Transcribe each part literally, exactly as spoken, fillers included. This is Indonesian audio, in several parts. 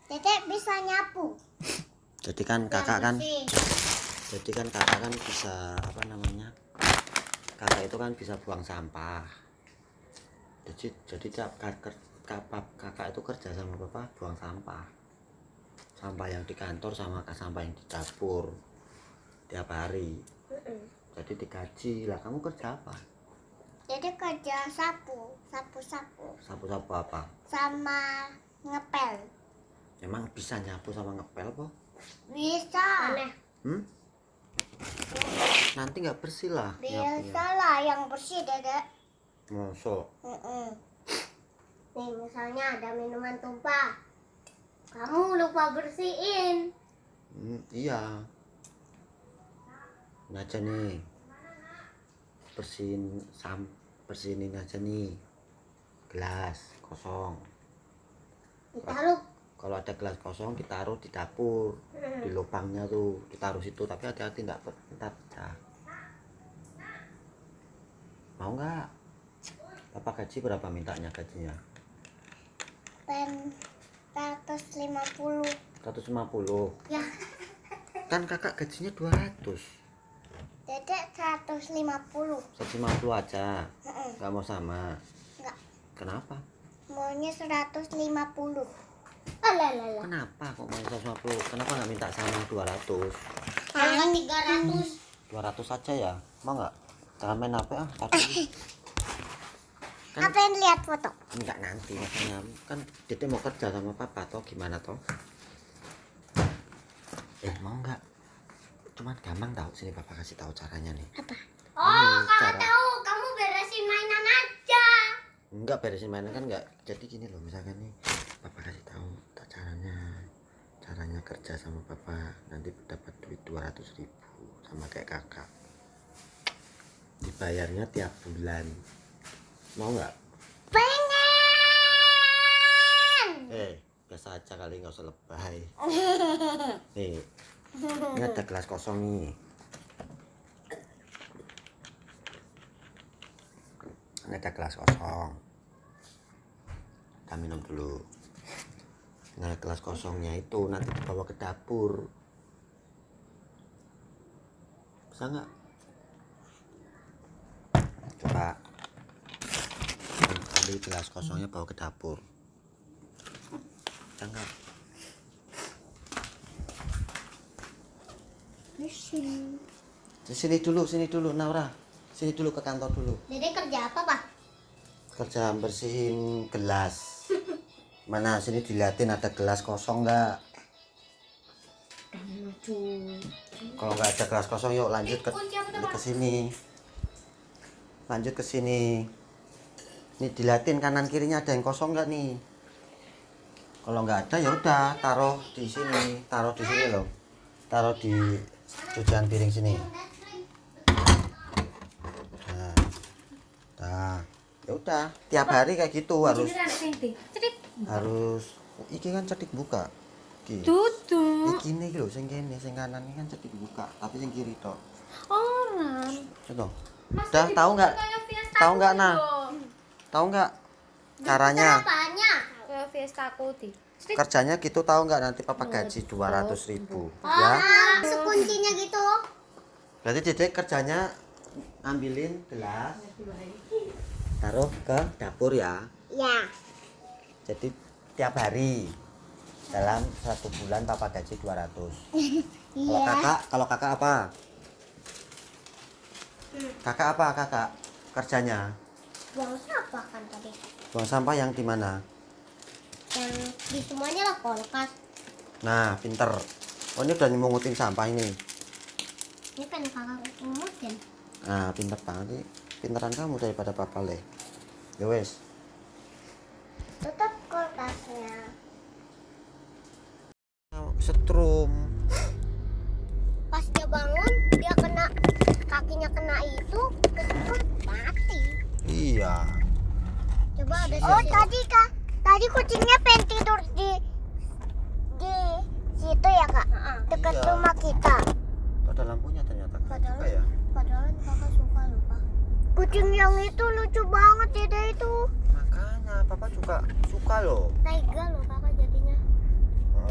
Dedek bisa nyapu. Jadi kan kakak kan jadi kan kakak kan bisa apa namanya, kakak itu kan bisa buang sampah. Jadi jadi tiap kakak kakak itu kerja sama bapak buang sampah, sampah yang di kantor sama sampah yang di dapur tiap hari. Jadi digaji lah. Kamu kerja apa? Jadi kerja sapu, sapu-sapu. Sapu-sapu apa? Sama ngepel. Emang bisa nyapu sama ngepel po? Bisa. Hmm? Nanti nggak bersih lah. Bisa lah yang bersih dedek. Mosok. Mm-mm. Nih misalnya ada minuman tumpah, kamu lupa bersihin. Hmm, iya. Ini aja nih, bersihin sam bersihinin aja nih gelas kosong. Ditaruh. Kalau ada gelas kosong kita taruh di dapur, Hmm. di lubangnya tuh ditaruh situ, tapi hati-hati nggak ntar pecah. Mau nggak? Bapak gaji berapa mintanya gajinya? Pen seratus lima puluh. seratus lima puluh. Ya. Kan kakak gajinya dua ratus. Dedek seratus lima puluh. seratus lima puluh aja. Mm-mm. Nggak mau sama? Nggak. Kenapa? Maunya seratus lima puluh. Alalala. Kenapa kok mau seratus lima puluh? Kenapa nggak minta sama dua ratus? Harga tiga ratus. dua ratus aja ya? Mau nggak? Jangan main H P ah. Tadi. Kan Apa yang lihat foto? enggak nanti makanya kan Dede mau kerja sama papa toh gimana toh? Eh mau nggak? Cuman gampang tahu, sini papa kasih tahu caranya nih. Apa? Oh, Oh, kakak cara- tahu. Kamu beresin mainan aja. Enggak beresin mainan kan enggak. Jadi gini loh, misalkan nih papa kasih tahu tak caranya. Caranya kerja sama papa nanti dapat duit dua ratus ribu sama kayak kakak. Dibayarnya tiap bulan. Mau nggak? Pengen. Eh, biasa aja kali, nggak usah lebay. Nih, ini ada gelas kosong nih. Ini ada gelas kosong. Kita minum dulu. Nah, gelas kosongnya itu nanti dibawa ke dapur. Bisa nggak? Coba ambil gelas kosongnya bawa ke dapur. Bisa nggak? Mesin. Sini dulu, sini dulu, Naura. Sini dulu ke kantor dulu. Dede kerja apa, Pak? Kerja bersihin gelas. Mana sini diliatin ada gelas kosong nggak? Kalau nggak ada gelas kosong, yuk lanjut ke ke sini. Lanjut ke sini. Ini diliatin kanan kirinya ada yang kosong nggak nih? Kalau nggak ada ya udah taruh di sini, taruh di sini loh. Taruh di cucian piring sini. Nah, nah, ya udah tiap hari kayak gitu harus harus iki kan cedik buka. Iki. Tutup. Iki nih lho sing kene, sing kanan ini kan cedik buka, tapi sing kiri tok. Orang. Coba. Udah tahu nggak? Tahu nggak nah? Tahu nggak caranya? Apanya? Kayak Fiesta aku di. Kerjanya gitu, tahu nggak? Nanti papa gaji dua ratus ribu ya. Ah, sekuncinya gitu. Berarti Dedek kerjanya ngambilin gelas, taruh ke dapur ya. Ya. Jadi tiap hari dalam satu bulan papa gaji dua ratus. Kalau Iya. kakak, kalau kakak apa? Kakak apa kakak? Kerjanya Buang sampah kan tadi. buang sampah yang di mana? Yang di semuanya lah kulkas. Nah, pinter. Oh, ini udah mungutin sampah ini. Ini kan kakak ngumutin. Nah, pinter banget nih. Pinteran kamu daripada papa le. Ya wes. Tutup kulkasnya. Setrum. Pas dia bangun, dia kena kakinya kena itu, kesedot mati. Iya. Coba ada oh tadi kak, tadi kucingnya pengen tidur di di situ ya kak, dekat Iya. rumah kita. Ada lampunya ternyata. Padahal, Suka ya? padahal kakak suka lupa. Kucing yang itu lucu banget Dede itu. Makanya papa juga suka loh. Tega loh kakak jadinya. Oh,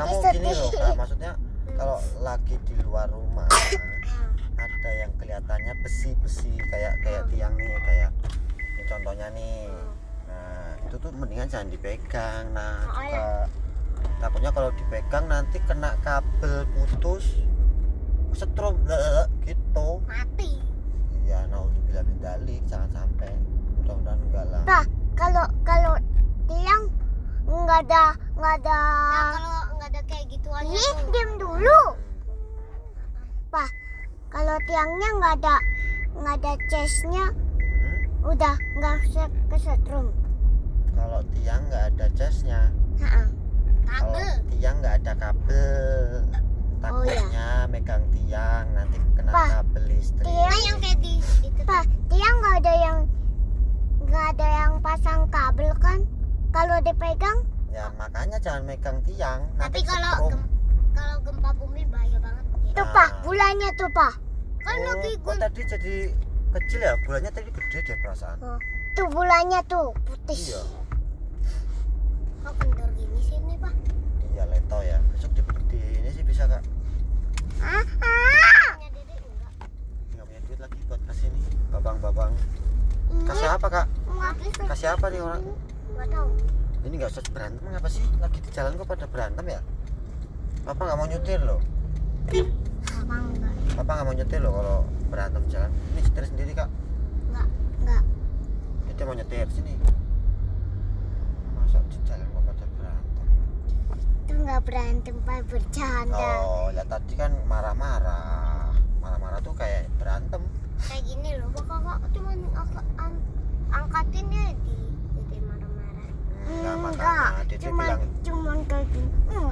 kamu gini loh Kak, maksudnya kalau lagi di luar rumah ada yang kelihatannya besi-besi kayak kayak tiang nih, kayak ini contohnya nih. Nah itu tuh mendingan jangan dipegang. Nah juga takutnya kalau dipegang nanti kena kabel putus, setrum gitu, mati. iya. Naudzubillah min dzalik, jangan sampai, mudah-mudahan enggak lah. Pak, kalau kalau tiang nggak ada nggak ada nah, kalau nggak ada kayak gituan ih diam dulu Pak, kalau tiangnya nggak ada nggak ada chestnya, hmm? Udah nggak usah kesetrum. Kalau tiang nggak ada chestnya, kalau tiang nggak ada kabel, takutnya oh, iya. megang tiang nanti kena pa, kabel listrik. Tiang yang kayak di itu. Pak, tiang nggak ada yang nggak ada yang pasang kabel kan? Kalau dipegang? Ya makanya jangan megang tiang. Tapi kalau gem, kalau gempa bumi bahaya banget. Ya. Tuh Pak, bulannya tuh Pak. Kan oh, lagi kok tadi jadi kecil ya? Bulannya tadi gede deh perasaan. Oh, tuh bulannya tuh putih. Iya. Kok kendor gini sih ini Pak? Iya leto ya. Besok di, di ini sih bisa Kak. Ah, ah. Punya Dede enggak? Enggak punya duit lagi buat kasih nih babang-babang. Kasih apa Kak? Kasih apa nih orang? Nggak tahu. Ini nggak usah berantem, ngapa sih? Lagi di jalan kok pada berantem ya? Papa nggak mau nyetir loh. Papa enggak. Papa nggak mau nyetir loh kalau berantem jalan. Ini nyetir sendiri Kak? Enggak, enggak. Dia mau nyetir sini. Masa di jalan kok pada berantem? Itu nggak berantem Pak, bercanda. Oh, ya tadi kan marah-marah. Marah-marah tuh kayak berantem. Kayak gini loh, Pak, kakak cuma ang angkatin ya di Dede marah-marah. Enggak, makanya Dede cuma, bilang cuma kayak gini.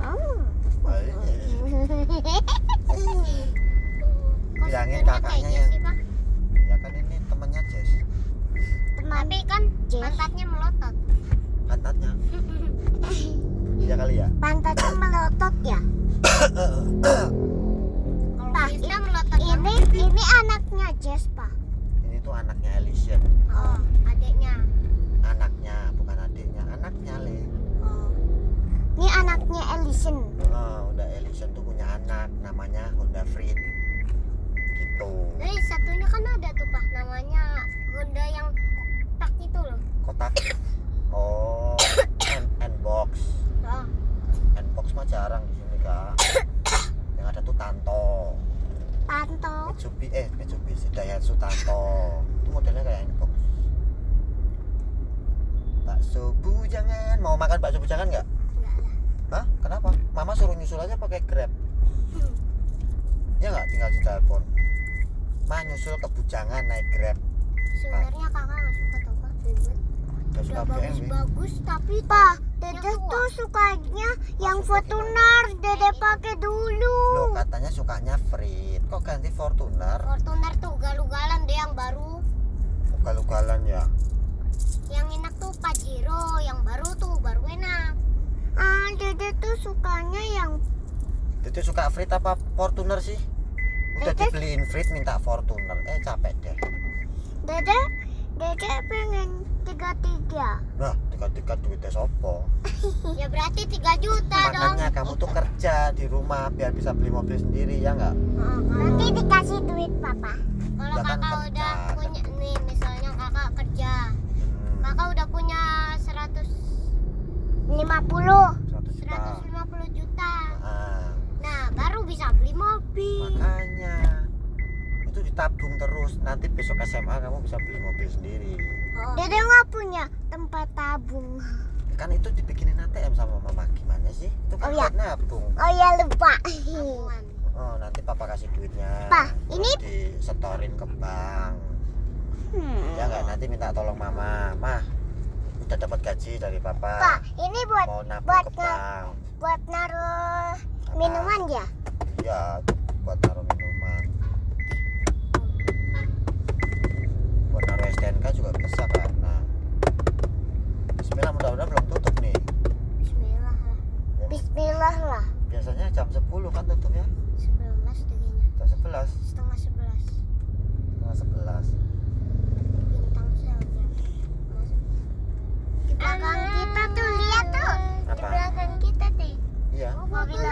Bilangin kakaknya yang sih, Pak? Ya kan ini temannya Jess. Tapi kan Jess. Pantatnya melotot. Pantatnya? Iya kali ya? Pantatnya melotot ya? Pak, ini, ini, ini anaknya Jess, Pak. Ini tuh anaknya Elysian. Oh, adiknya. Anaknya, bukan adiknya, anaknya Le. Oh. Ini anaknya Elysian. Oh, udah Elysian tuh punya anak, namanya Honda Freed. Gitu. Jadi satunya kan ada tuh Pak, namanya Honda yang kotak itu loh. Kotak. Oh, N-box. Oh. N-box mah jarang di sini Kak. Yang ada tuh Tanto. Tanto. Mitsubishi, eh Mitsubishi Daihatsu Tanto. Itu modelnya kayak N-box. Bakso bujangan, mau makan bakso bujangan nggak? Enggak lah. Hah? Kenapa? Mama suruh nyusul aja pakai Grab. Hmm. Ya nggak, tinggal di telepon. Ma nyusul ke bujangan naik Grab. Sebenarnya kakak nggak suka tau Pak, ribet. Gak suka B M W. Bagus-bagus tapi Pak, Dede tuh sukanya yang Fortuner, Dede pakai dulu. Loh katanya sukanya Freed, kok ganti Fortuner? Fortuner tuh ugal-ugalan deh yang baru. Ugal-ugalan ya? Yang enak tuh Pajero, yang baru tuh baru enak. Ah, Dede tuh sukanya yang. Dede suka Freed apa Fortuner sih? Udah Dede... dibeliin Freed minta Fortuner, eh capek deh. Dede, Dede pengen tiga tiga. Nah, tiga tiga duitnya sopo? Ya berarti tiga juta dong. Makanya kamu tuh kerja di rumah biar bisa beli mobil sendiri ya nggak? Oh, nanti dikasih duit Papa. Kalau ya, kakak kan udah punya nih, misalnya kakak kerja, hmm. kakak udah punya seratus lima puluh juta. Nah. Nah, baru bisa beli mobil. Makanya itu ditabung terus, nanti besok S M A kamu bisa beli mobil sendiri. Oh. Dede nggak punya tempat tabung. Kan itu dibikinin A T M sama mama, gimana sih? Itu kan oh, iya. buat nabung. Oh ya lupa. Oh nanti papa kasih duitnya. Pa, ini disetorin ke bank. Hmm. Ya nggak, nanti minta tolong mama, mah udah dapat gaji dari papa. Pa, ini buat mau nabung buat ke bank. Buat naruh minuman ya? Iya, buat naruh minuman. Buat naruh S T N K juga bisa kan. Nah, Bismillah, mudah-mudahan belum tutup nih. Bismillah lah. Ya, Bismillah lah. biasanya jam sepuluh kan tutupnya? Sebelas kayaknya. Jam sebelas. Setengah sebelas. Setengah sebelas. Bintang sel ya. Di belakang kita tuh lihat tuh. Di belakang kita tuh. Iya. Mobil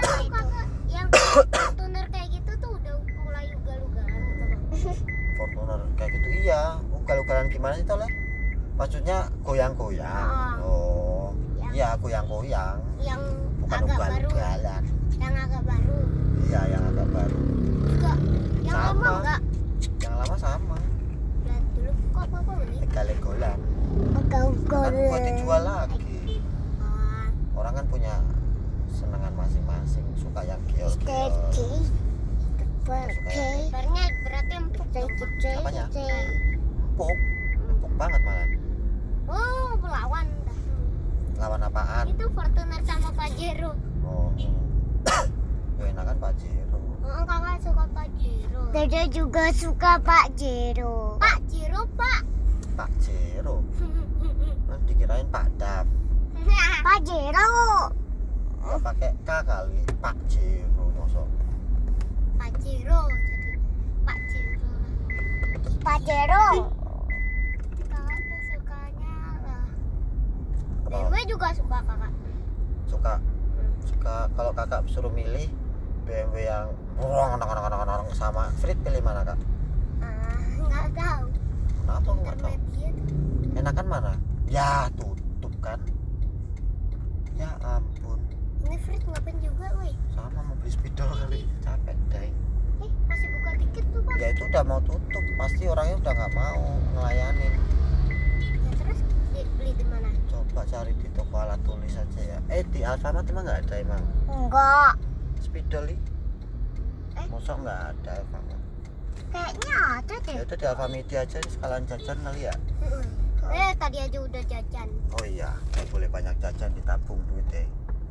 maksudnya goyang-goyang. Ah. Oh, Yang- iya goyang-goyang, Yang bukan agak baru. ugal-ugalan. Yang agak baru. Iya, yang agak baru. Juga yang Sama. lama enggak? Yang lama sama, Lihat dulu kok papa beli. legal-legolan. Kau Kan buat dijual lagi. Ah, Orang kan punya senangan masing-masing, suka yang giol-giol. steady. Oke. Barnya berarti empuk. Apanya? Empuk, empuk banget malah. Oh, pelawan dah. Lawan apaan? Itu Fortuner sama Pajero. Oh, ya enakan Pajero. Oh, kakak suka Pajero. Dede juga suka Pak Jero. Pak Jero, Pak. Pak Jero. Kan dikirain Pak Dap. Pak Jero. Ya pakai K kali, Pak Jero mosok. Pak Jero jadi Pak Jero. Pak Jero. Kakak tuh sukanya lah. B M W juga suka kakak. Suka suka kalau kakak suruh milih B M W yang orang orang orang orang sama Frit, pilih mana kak? Ah, nggak tahu. Kenapa nggak tahu? Intermediate. Enakan mana? Ya tutup kan. Ya ampun, Ini Frit ngapain juga, woi? sama mau beli spidol kali, capek deh. Eh, masih buka tiket tuh, Pak. Ya itu udah mau tutup, pasti orangnya udah nggak mau ngelayanin. Ya terus di- beli di mana? Coba cari di toko alat tulis aja ya. Eh di Alfamart emang nggak ada emang Enggak. spidol nih? Eh? Mosok nggak ada Alfamart? Kayaknya ada deh. Ya itu di Alfamedia aja nih, sekalian jajan kali ya. Mm-mm. Eh, tadi aja udah jajan. Oh iya, nggak boleh banyak jajan, ditabung duitnya.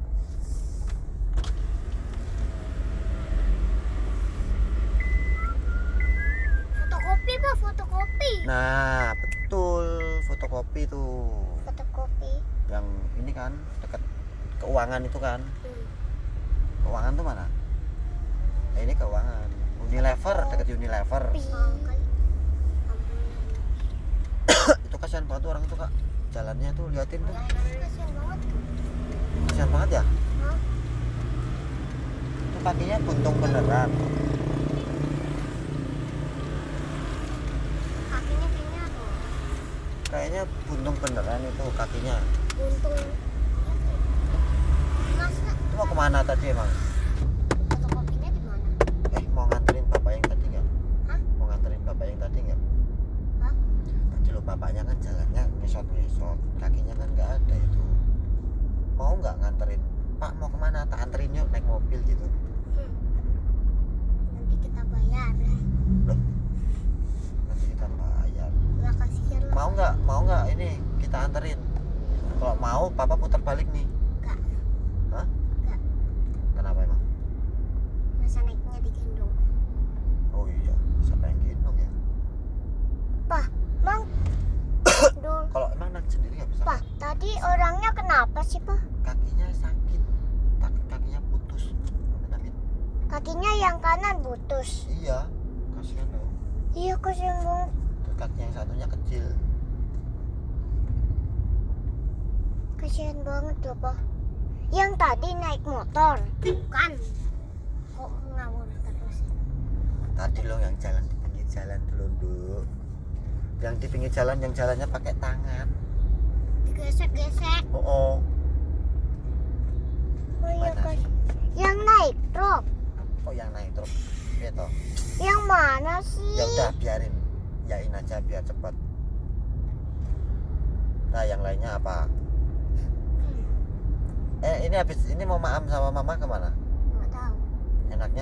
Fotokopi, Pak, fotokopi. Nah betul, fotokopi tuh. Fotokopi. Yang ini kan dekat keuangan itu kan. Hmm. Keuangan tuh mana? Nah, ini keuangan. Unilever, dekat Unilever. Oh, kali. Ambulan. Itu kasihan banget tuh orang itu kak. Jalannya tuh liatin tuh. Kasian banget tuh. Kasihan banget ya. Hah? Itu kakinya buntung beneran. Kakinya kayaknya tuh Kayaknya buntung beneran itu kakinya. buntung. Masa Itu mau kemana tadi emang? fotokopinya di mana? Eh mau nganterin bapak yang tadi nggak? Hah? Mau nganterin bapak yang tadi nggak? Hah? Tadi lo bapaknya kan jalannya ngesot-ngesot, kakinya kan nggak ada itu. Mau nggak nganterin? Pak mau kemana? Tak anterin yuk naik mobil gitu. Hmm. Nanti kita bayar. Loh, nanti kita bayar. Ya kasihan lah. Mau nggak? Mau nggak ini kita anterin? Kalau mau, papa putar balik nih. Enggak. Hah? Enggak. Kenapa emang? Masa naiknya digendong. Oh iya, siapa yang gendong ya? Pak, Mang. Dul. Kalau emang naik sendiri nggak bisa. Pak, tadi orangnya kenapa sih, Pak? Kakinya sakit, kaki kakinya putus. Amit-amit. Kakinya yang kanan putus. Iya, kasihan loh. Iya, kasihan banget. Terus kaki yang satunya kecil. Kasihan banget loh, Pak. Yang tadi naik motor. Bukan. Kok ngawur terus? Tadi lo yang jalan di pinggir jalan dulu, Bu. Yang di pinggir jalan yang jalannya pakai tangan. Digesek-gesek. Oh, oh. Oh iya, Mana Kas. sih? Yang naik truk. Oh yang naik truk. Iya toh. Yang mana sih? Ya udah biarin. Yain aja biar cepat. Nah, yang lainnya apa? Hmm, Eh, ini habis ini mau maam sama mama kemana? nggak tahu. Enaknya?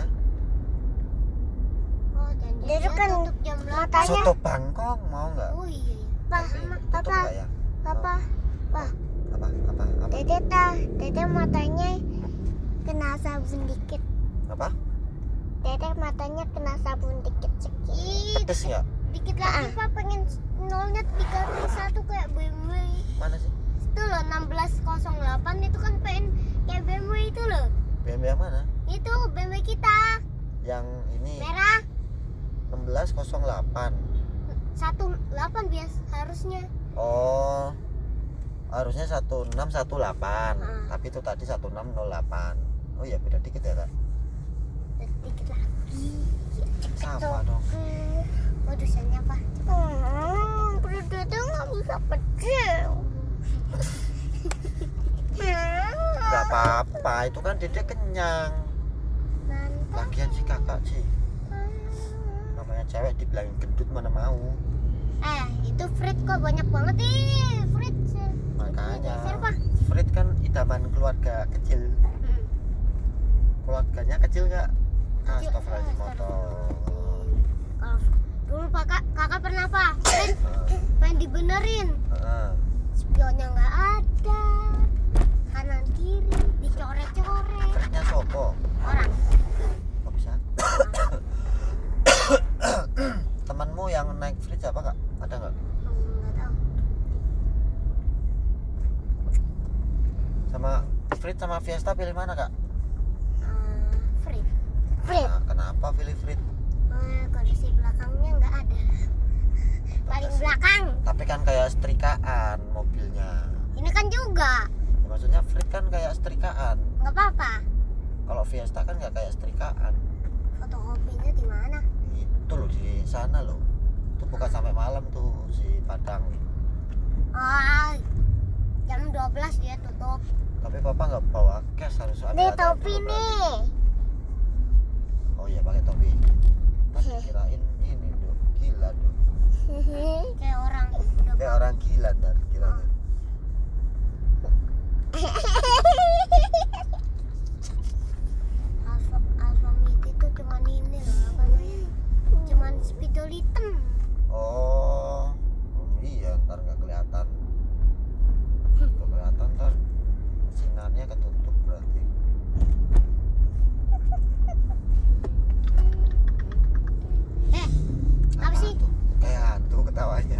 Oh, janjinya kan tutup jam delapan. matanya. Soto Bangkok mau nggak? Oh iya, iya. Pak, Mama, Tutup Papa, nggak ya? Papa, Pak, Apa? Apa? Apa? Dede tah, Dede matanya kena sabun dikit. Apa? Dede matanya kena sabun dikit sedikit. Pedes nggak? dikit lagi Pak, pengen nolnya tiga puluh satu kayak B M W. Mana sih? Itu loh enam belas nol delapan itu kan pengen kayak B M W itu loh. B M W yang mana? Itu B M W kita. Yang ini Merah enam belas nol delapan. satu delapan bias harusnya. Oh, harusnya satu enam satu delapan, Hmm. tapi itu tadi satu enam nol delapan. Oh iya, beda dikit ya kak? Dikit lagi. Sama dong. Waduh, sayangnya apa? Hmm, perut Dede nggak bisa kecil. Gak apa-apa, itu kan Dede kenyang. Lagian si kakak sih, namanya cewek dibilangin gendut mana mau. Eh, itu Frit kok banyak banget nih, Frit. Makanya Siapa? Frit kan idaman keluarga kecil. Hmm. Keluarganya kecil nggak? Kecil. Astagfirullahaladzim, motor. Kalau dulu kakak kakak pernah apa? Frit pengen dibenerin. Heeh. Spionnya nggak ada, kanan kiri dicoret-coret. Fritnya sopo? Orang. Kok bisa? Temanmu yang naik Frit siapa kak? Ada nggak? Hmm, nggak tahu. Sama Frit sama Fiesta pilih mana kak? Eh, Frit. Frit. Nah, kenapa pilih Frit? Eh, kondisi belakangnya nggak ada. Paling belakang. Tapi kan kayak setrikaan mobilnya. Ini kan juga. Ya, maksudnya Frit kan kayak setrikaan. Nggak apa-apa. Kalau Fiesta kan nggak kayak setrikaan. Fotokopinya di mana? Itu loh di sana loh. Itu buka sampai malam tuh si Padang. Ah, jam dua belas dia tutup. Tapi papa nggak bawa cash, harus ambil Nih A T M topi dulu berarti. nih. Oh iya pakai topi. Tadi kirain ini tuh gila tuh. Kayak orang udah Kayak orang gila ntar kiranya. Alfa Alfa Miti itu cuman ini loh, apa namanya? Cuman spidol hitam. Oh, oh iya ntar nggak kelihatan. Nggak kelihatan ntar sinarnya ketutup berarti. Eh, apa sih? Tuh? Kayak hantu ketawanya.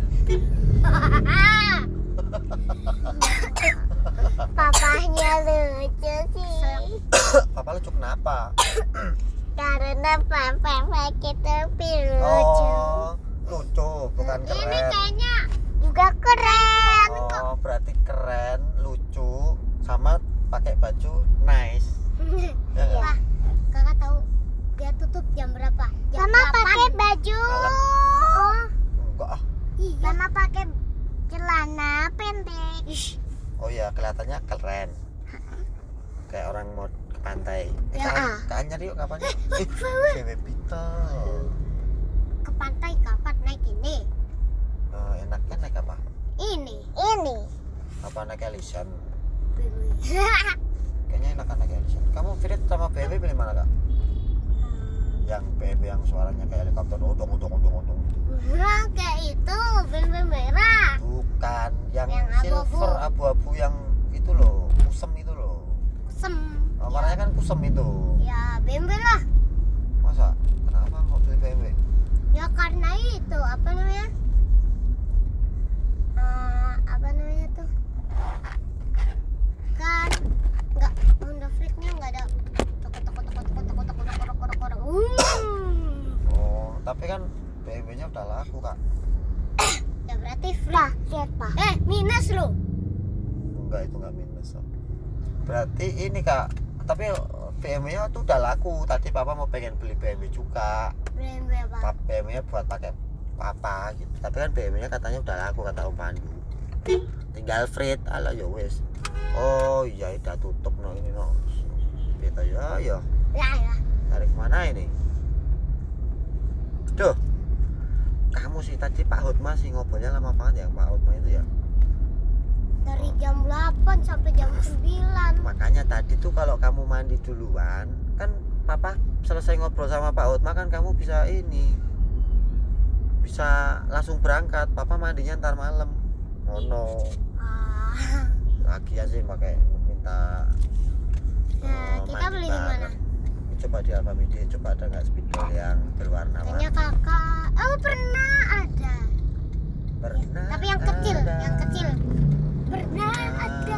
Papahnya lucu sih. Papa lucu kenapa? Karena papa pakai topi lucu. Oh, lucu bukan Ini keren. kayaknya juga keren. Oh, berarti keren, lucu, sama pakai baju nice. Ya nggak? Wah, kakak tahu dia tutup jam berapa? Jam Sama delapan. pakai baju. Oh, Enggak ah. iya. Sama pakai celana pendek. Ish, Oh iya, kelihatannya keren. Kayak orang mau ke pantai. Eh, Ya, kan, ah. kan nyari yuk kapan? Eh, cewek pintar. ke pantai kapan naik ini? Oh, enaknya naik apa? Ini. Ini. Apa naik Ellison? Bebe. Kayaknya enakan naik Ellison. Kamu Frit sama B B pilih mana kak? Yang B B yang suaranya kayak helikopter, odong odong odong odong. Nah, kayak itu bebe merah. Bukan, yang, Yang abu-abu. silver abu-abu yang itu loh, kusem itu loh. Kusem. Oh, warnanya kan kusem itu. Ya, bembe lah. Masa? Kenapa kok pilih B B? Ya karena itu apa namanya? Eh, apa namanya tuh? Kan nggak Honda Freak-nya nggak ada toko toko toko toko toko toko toko toko toko toko. Hmm. Oh, tapi kan B B-nya udah laku kak. Ya berarti free. Pak, lihat Pak. Eh, minus lo. Enggak, itu enggak minus. Om. Berarti ini kak, tapi B M W-nya tuh udah laku. Tadi papa mau pengen beli B M W juga. Bembe apa? Pap B M W buat pakai papa gitu. Tapi kan B M W-nya katanya udah laku kata Om Pandu. Tinggal Frit, ala ya wes. Oh iya, udah tutup no ini no. Kita ya ya. Ya ya. Tarik mana ini? Duh. Kamu sih tadi Pak Hotma sih ngobrolnya lama banget ya Pak Hotma itu ya. Dari jam delapan sampai jam sembilan. Makanya tadi tuh kalau kamu mandi duluan, kan papa selesai ngobrol sama Pak Hotma kan kamu bisa ini. Bisa langsung berangkat. Papa mandinya ntar malam. Oh no. Ah. Lagian sih pakai minta Nah, eh, kita mandi beli di mana? bareng. Coba di Alfamidi, coba ada nggak spidol yang Kayaknya berwarna-warni. kakak. Oh pernah ada. Pernah Tapi yang kecil, ada. yang kecil. Pernah ada.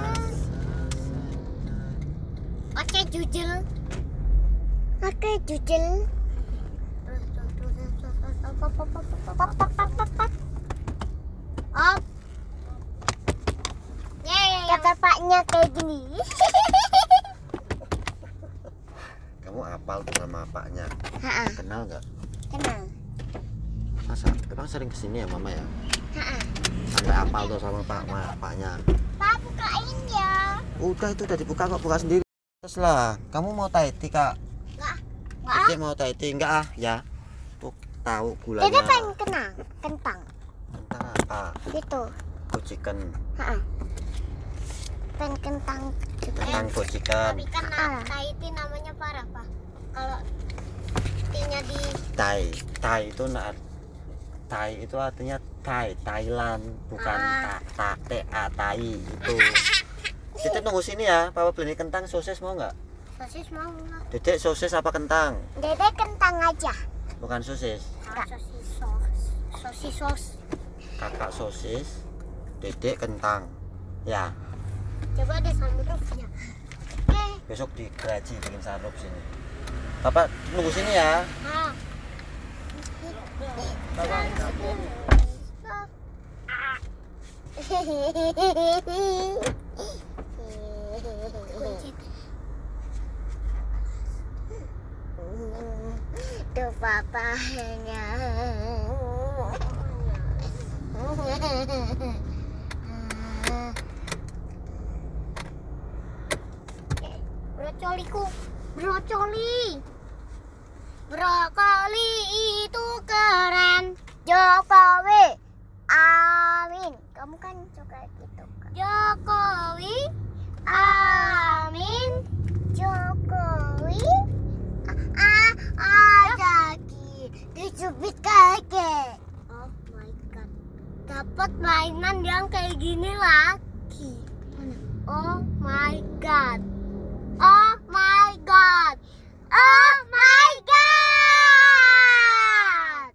Oke jujel. Oke, jujel. Op. Yeay. Kata paknya kayak gini. Kamu apal tuh nama apanya? Ha-ha, Kenal nggak? kenal. Masa? Emang sering kesini ya mama ya? Ha-ha. sampai apal tuh sama pak paknya. Pak, bukain ya. Udah itu udah dibuka kok, buka sendiri. Terus lah, kamu mau Thai-tea kak? Enggak. Enggak. Dede mau Thai-tea enggak ah ya? Tuh tahu gulanya. Dede pengen kenang, kentang. Kentang apa? Gitu. Go chicken. Heeh. Pengen kentang. Kentang go chicken. Tapi kan Ah. Thai tea namanya parah, Pak. Kalau tea-nya di Thai, Thai itu nah, Thai itu artinya Thai, Thailand, bukan Ah. ta, ta, T A Thai itu. Dede tunggu sini ya, papa beli kentang sosis mau nggak? sosis mau nggak? Dedek sosis apa kentang? Dede kentang aja. Bukan sosis. Enggak. Sosis sos. Sosis sos. Kakak sosis, dedek kentang. Ya, Coba deh sunroofnya. Eh, besok di Keraji bikin sunroof sini. Papa tunggu sini ya. ah. Papa. Kunci. Tuh papanya. Brocoliku, brocoli. Brokoli itu keren. Jokowi. Amin. Kamu kan suka gitu kan? Jokowi. Amin. Jokowi. Ah, ah, kaki. Dicubit kaki. Oh my god. Dapat mainan yang kayak gini lagi. Oh my god. Oh my god. Oh my god.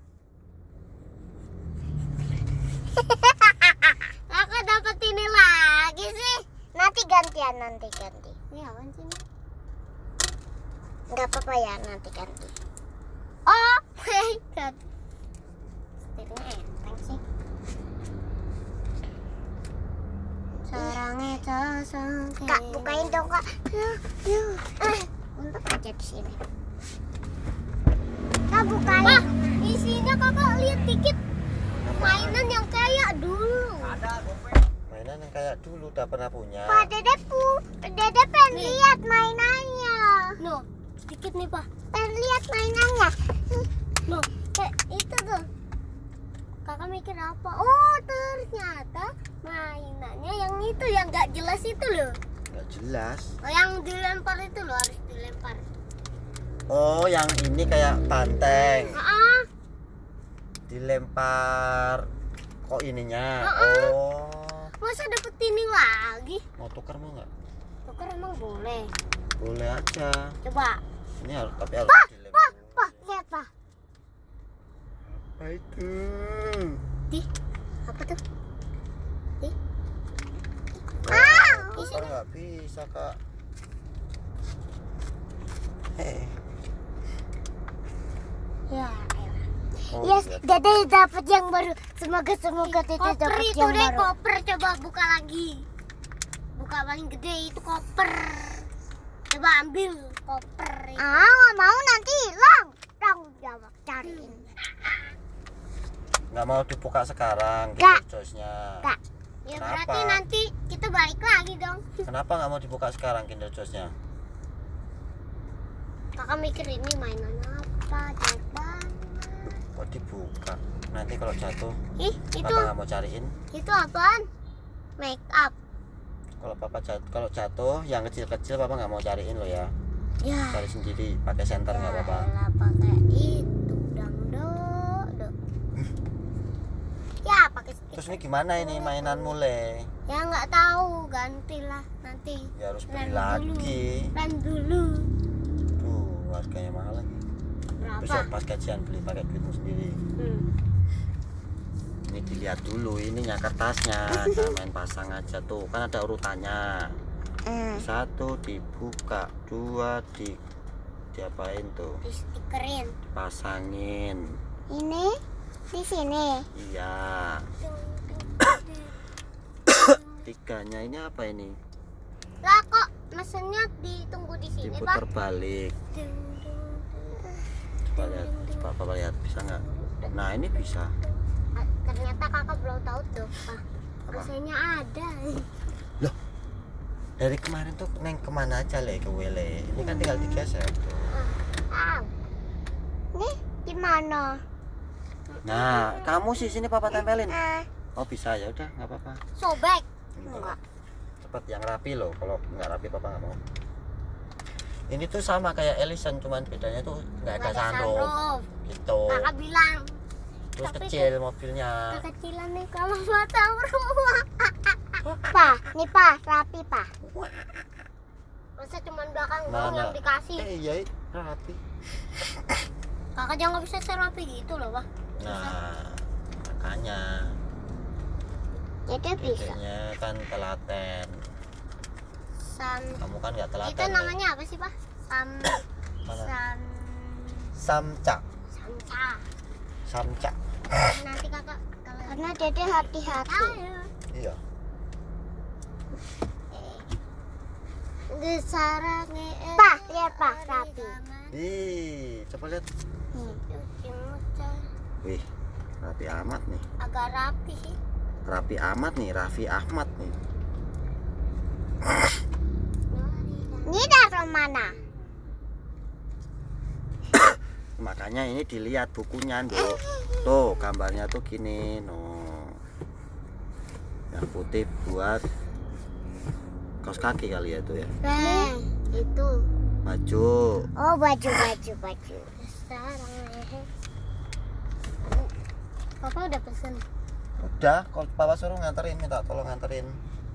Aku dapat ini lagi sih. Nanti gantian, nanti ganti. Ini apaan sih ini? Enggak apa-apa ya, nanti ganti. Oh my god. Setirnya enteng sih. Sarangnya cosong. Kak, bukain dong kak. Yuk, yuk. Eh, untuk aja di sini. Kak, bukain. Wah, isinya kakak lihat dikit. Mainan yang kayak dulu. Mainan yang kayak dulu udah pernah punya. Pak, Dede pu, Dede pengen lihat mainannya. No, sedikit nih Pak. Pengen lihat mainannya. No, kayak itu tuh. Kakak mikir apa? Oh, ternyata mainannya yang itu yang nggak jelas itu loh. Nggak jelas. Oh, yang dilempar itu loh, harus dilempar. Oh, yang ini kayak banteng. Ah, Dilempar kok ininya. Uh-uh. Oh. masa dapet ini lagi? Mau tukar mau nggak? Tukar emang boleh. Boleh aja. Coba. Ini harus tapi harus Pak, dilempar. Pak, Pak, lihat Pak. Apa itu? Di, apa tuh? Di. Ah, Tukar nggak bisa kak. Hei. ya. Oh, Yes, lihat. Dede dapat yang baru. Semoga semoga Dede Koper dapat itu yang deh, baru. koper coba buka lagi. Buka paling gede itu koper. Coba ambil koper itu. Ah, nggak mau nanti hilang. Tanggung jawab cariin. Nggak mau dibuka sekarang Nggak. gitu joysnya. Nggak. Ya Kenapa? berarti nanti kita balik lagi dong. Kenapa nggak mau dibuka sekarang Kinder Joy-nya? Kakak mikir ini mainan apa? Jelek banget. Kok dibuka? Nanti kalau jatuh, Ih, itu papa nggak mau cariin. itu apaan? Make up. Kalau papa jatuh, kalau jatuh yang kecil-kecil papa nggak mau cariin lo ya. Ya. Cari sendiri, pakai senter nggak apa-apa. Lah pakai itu dang do. do. Ya, pakai stiker. Terus ini gimana ini mainan mulai? Ya nggak tahu, gantilah nanti. Ya harus beli Rem dulu. lagi. Rem dulu. Tuh harganya mahal lagi. Besok Berapa? pas gajian beli pakai duitmu sendiri. Hmm. Ini dilihat dulu ininya kertasnya, jangan main pasang aja tuh kan ada urutannya. Hmm. Satu dibuka, dua di diapain tuh? Di stikerin. Pasangin. Ini di sini. Iya. Tiganya ini apa ini? Lah kok mesennya ditunggu di sini, Pak? Diputar balik. Coba lihat, coba Papa lihat bisa nggak? Nah ini bisa. Ah, Ternyata kakak belum tahu tuh, Pak. Rasanya ada. Loh, dari kemarin tuh neng kemana aja le ke Wele? Ini kan tinggal digeser. Ah. Nih gimana? Nah, kamu sih sini papa tempelin. Ah. Oh bisa, ya udah nggak apa-apa. Sobek. Enggak. Cepat yang rapi loh. Kalau nggak rapi papa nggak mau. Ini tuh sama kayak Ellison, cuman bedanya tuh nggak ada sunroof gitu. Kakak bilang Terus tapi kecil mobilnya. kekecilan nih kalau buat sunroof. Pa, nih pa, rapi pa. Masa cuman belakang doang yang dikasih. Eh iya, rapi. Kakak jangan nggak bisa serapi gitu loh, Pak. Nah, makanya Jadi bisa. gedenya kan telaten. Sam. Kamu kan nggak telaten. Itu nih. namanya apa sih, Pak? Sam. Mana? Sam. Samca. Samca. Samca. Nanti kakak kalau Karena Dede hati-hati. Iya. Gesarane. Pa, lihat pa, rapi. Ih, coba lihat. Hmm. Wih, rapi amat nih. Agak rapi sih. Rapi amat nih, Raffi Ahmad nih. Ini dari mana? Makanya ini dilihat bukunya, Nduk. Tuh, gambarnya tuh gini, no. Yang putih buat kaos kaki kali ya itu ya. Nih, itu. Baju. Oh, baju, baju, baju. Sarang. Papa udah pesen. Udah, kalau papa suruh nganterin, minta tolong nganterin.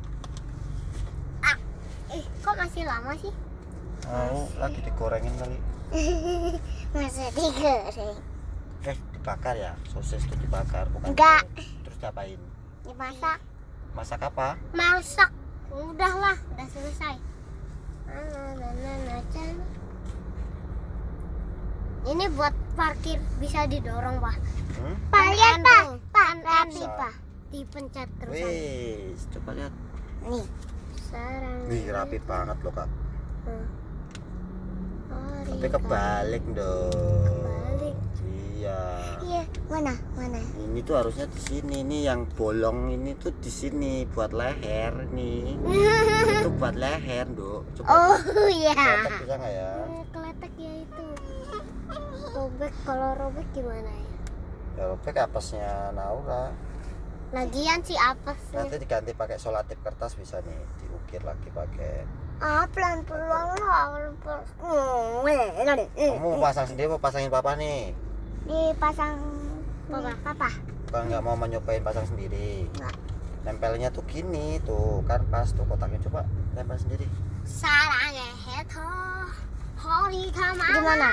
Eh, kok masih lama sih? Mau lagi digorengin kali. Masa digoreng? Eh, dibakar ya, sosis itu dibakar, bukan? Enggak. digoreng. Terus diapain? Dimasak. Masak apa? Masak. Udahlah, udah selesai. Ini buat parkir bisa didorong, Pak. Hmm? Pa, lihat pa. Pa, Kan rapi bisa. pa. Dipencet terus. Wih, coba lihat. Nih. Sarang. Wih, rapi banget loh, Kak. Hmm. Oh, Tapi kebalik dong. Kebalik. Iya. Iya, mana? Mana? Ini tuh harusnya di sini nih, yang bolong ini tuh di sini buat leher nih. Itu buat leher, Dok. Coba Oh, iya. keletek bisa nggak ya? Eh, keletek ya itu. Robek, kalau robek gimana ya? Ya robek apesnya Naura. Lagian sih apa sih? Nanti diganti pakai solatip kertas bisa nih, diukir lagi pakai. Ah, pelan-pelan lah. Kamu pasang sendiri mau pasangin papa nih? Dipasang Papa. Papa. Bukan nggak mau mencobain pasang sendiri? Nggak. Nempelnya tuh gini tuh, kan pas tuh kotaknya, coba nempel sendiri. Sarangnya heto. Hori kama. Gimana?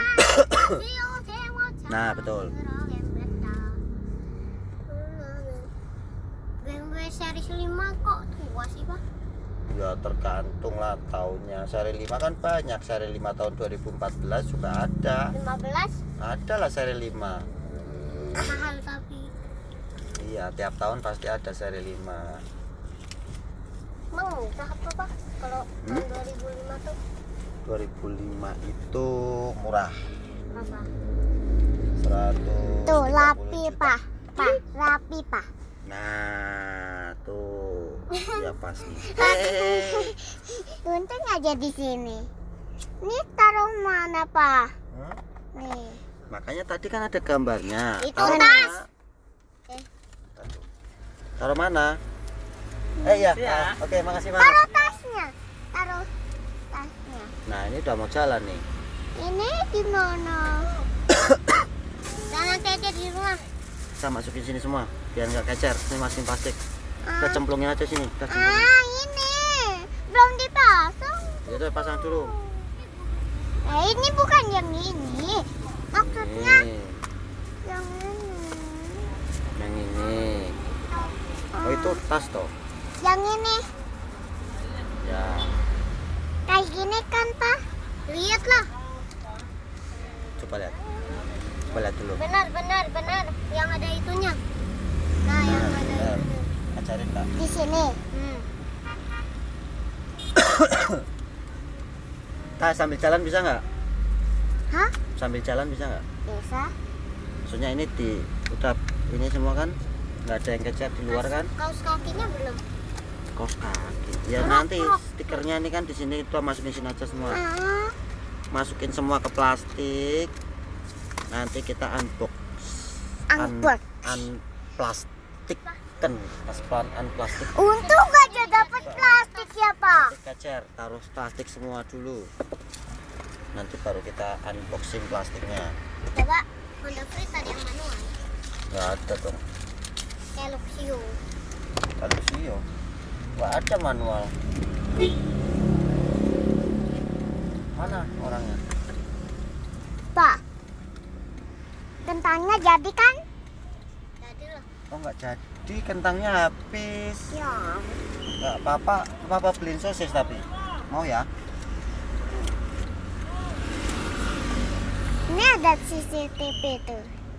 Nah, betul. B M W series lima kok tua sih, Pak? Ya tergantung lah tahunnya. Seri lima kan banyak. Seri lima tahun dua ribu empat belas juga ada. lima belas Ada lah seri lima. mahal tapi. Iya, tiap tahun pasti ada seri lima. Emang murah apa, Pak? Kalau Hmm? tahun dua ribu lima tuh dua ribu lima itu murah. apa? seratus Tuh, rapi pa. Pa, rapi pa. Nah, tuh. Ya pas nih. Eh. Untung aja di sini. Ini taruh mana pa? Hmm? Nih. Makanya tadi kan ada gambarnya. Itu Taruh tas. mana? Eh. Taruh. Taruh mana? Eh iya. Ah, Oke, makasih Mas. Taruh tasnya. Taruh tasnya. Nah, ini udah mau jalan nih. Ini di mana? Dan nanti aja di rumah. Kita masukin sini semua biar nggak kecer. Ini masukin plastik. Kita cemplungin aja sini. Kita cemplungin. Ah, ini. Belum dipasang. Ya udah pasang dulu. Eh, ini bukan yang ini. Maksudnya Nih, yang ini. yang ini. Oh, itu tas toh. Yang ini. Ya. Kayak gini kan, Pak? Lihatlah. Coba lihat. Coba lihat dulu. Benar, benar, benar. Yang ada itunya. Nah, yang Nah, ada benar. itu. Ajarin Kak. Di sini. Hmm. Kak, sambil jalan bisa nggak? Hah? Sambil jalan bisa nggak? Bisa. Maksudnya ini di udah ini semua kan nggak ada yang kecat di luar kan? Kaos kakinya belum. Kaos kaki. Ya nanti stikernya ini kan di sini itu masukin sini aja semua. Ah, Masukin semua ke plastik. Nanti kita unbox. Un, Unbox. unplastik kan, aspan unplastik. untung aja dapat plastik ya Pak. Nanti kecer, taruh plastik semua dulu. Nanti baru kita unboxing plastiknya. Coba Honda Freed ada yang manual. Nggak ada dong. Kayak Luxio. Kalau sio, nggak ada manual. Mana orangnya? Pak, kentangnya jadi kan? Jadi loh. Oh nggak jadi, kentangnya habis. Ya. Nggak apa-apa, papa beliin sosis tapi mau ya? Ini ada C C T V tuh.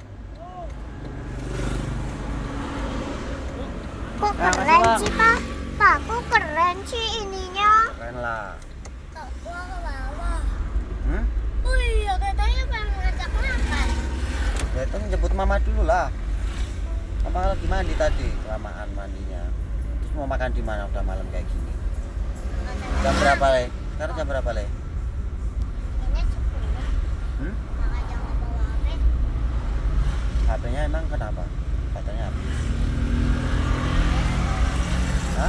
Kok Nah, keren masuk, sih Pak? Pak, kok keren sih ininya? Keren lah. Kok gua ke bawah. Hmm? Oh iya, katanya pengen ngajak makan. Ya itu jemput mama dulu lah. Mama lagi mandi tadi, kelamaan mandinya. Terus mau makan di mana udah malam kayak gini? Jam berapa le? Sekarang jam berapa le? Ini sepuluh. Hmm? Maka jangan bawa H P. H P-nya emang kenapa? Katanya habis. Hah?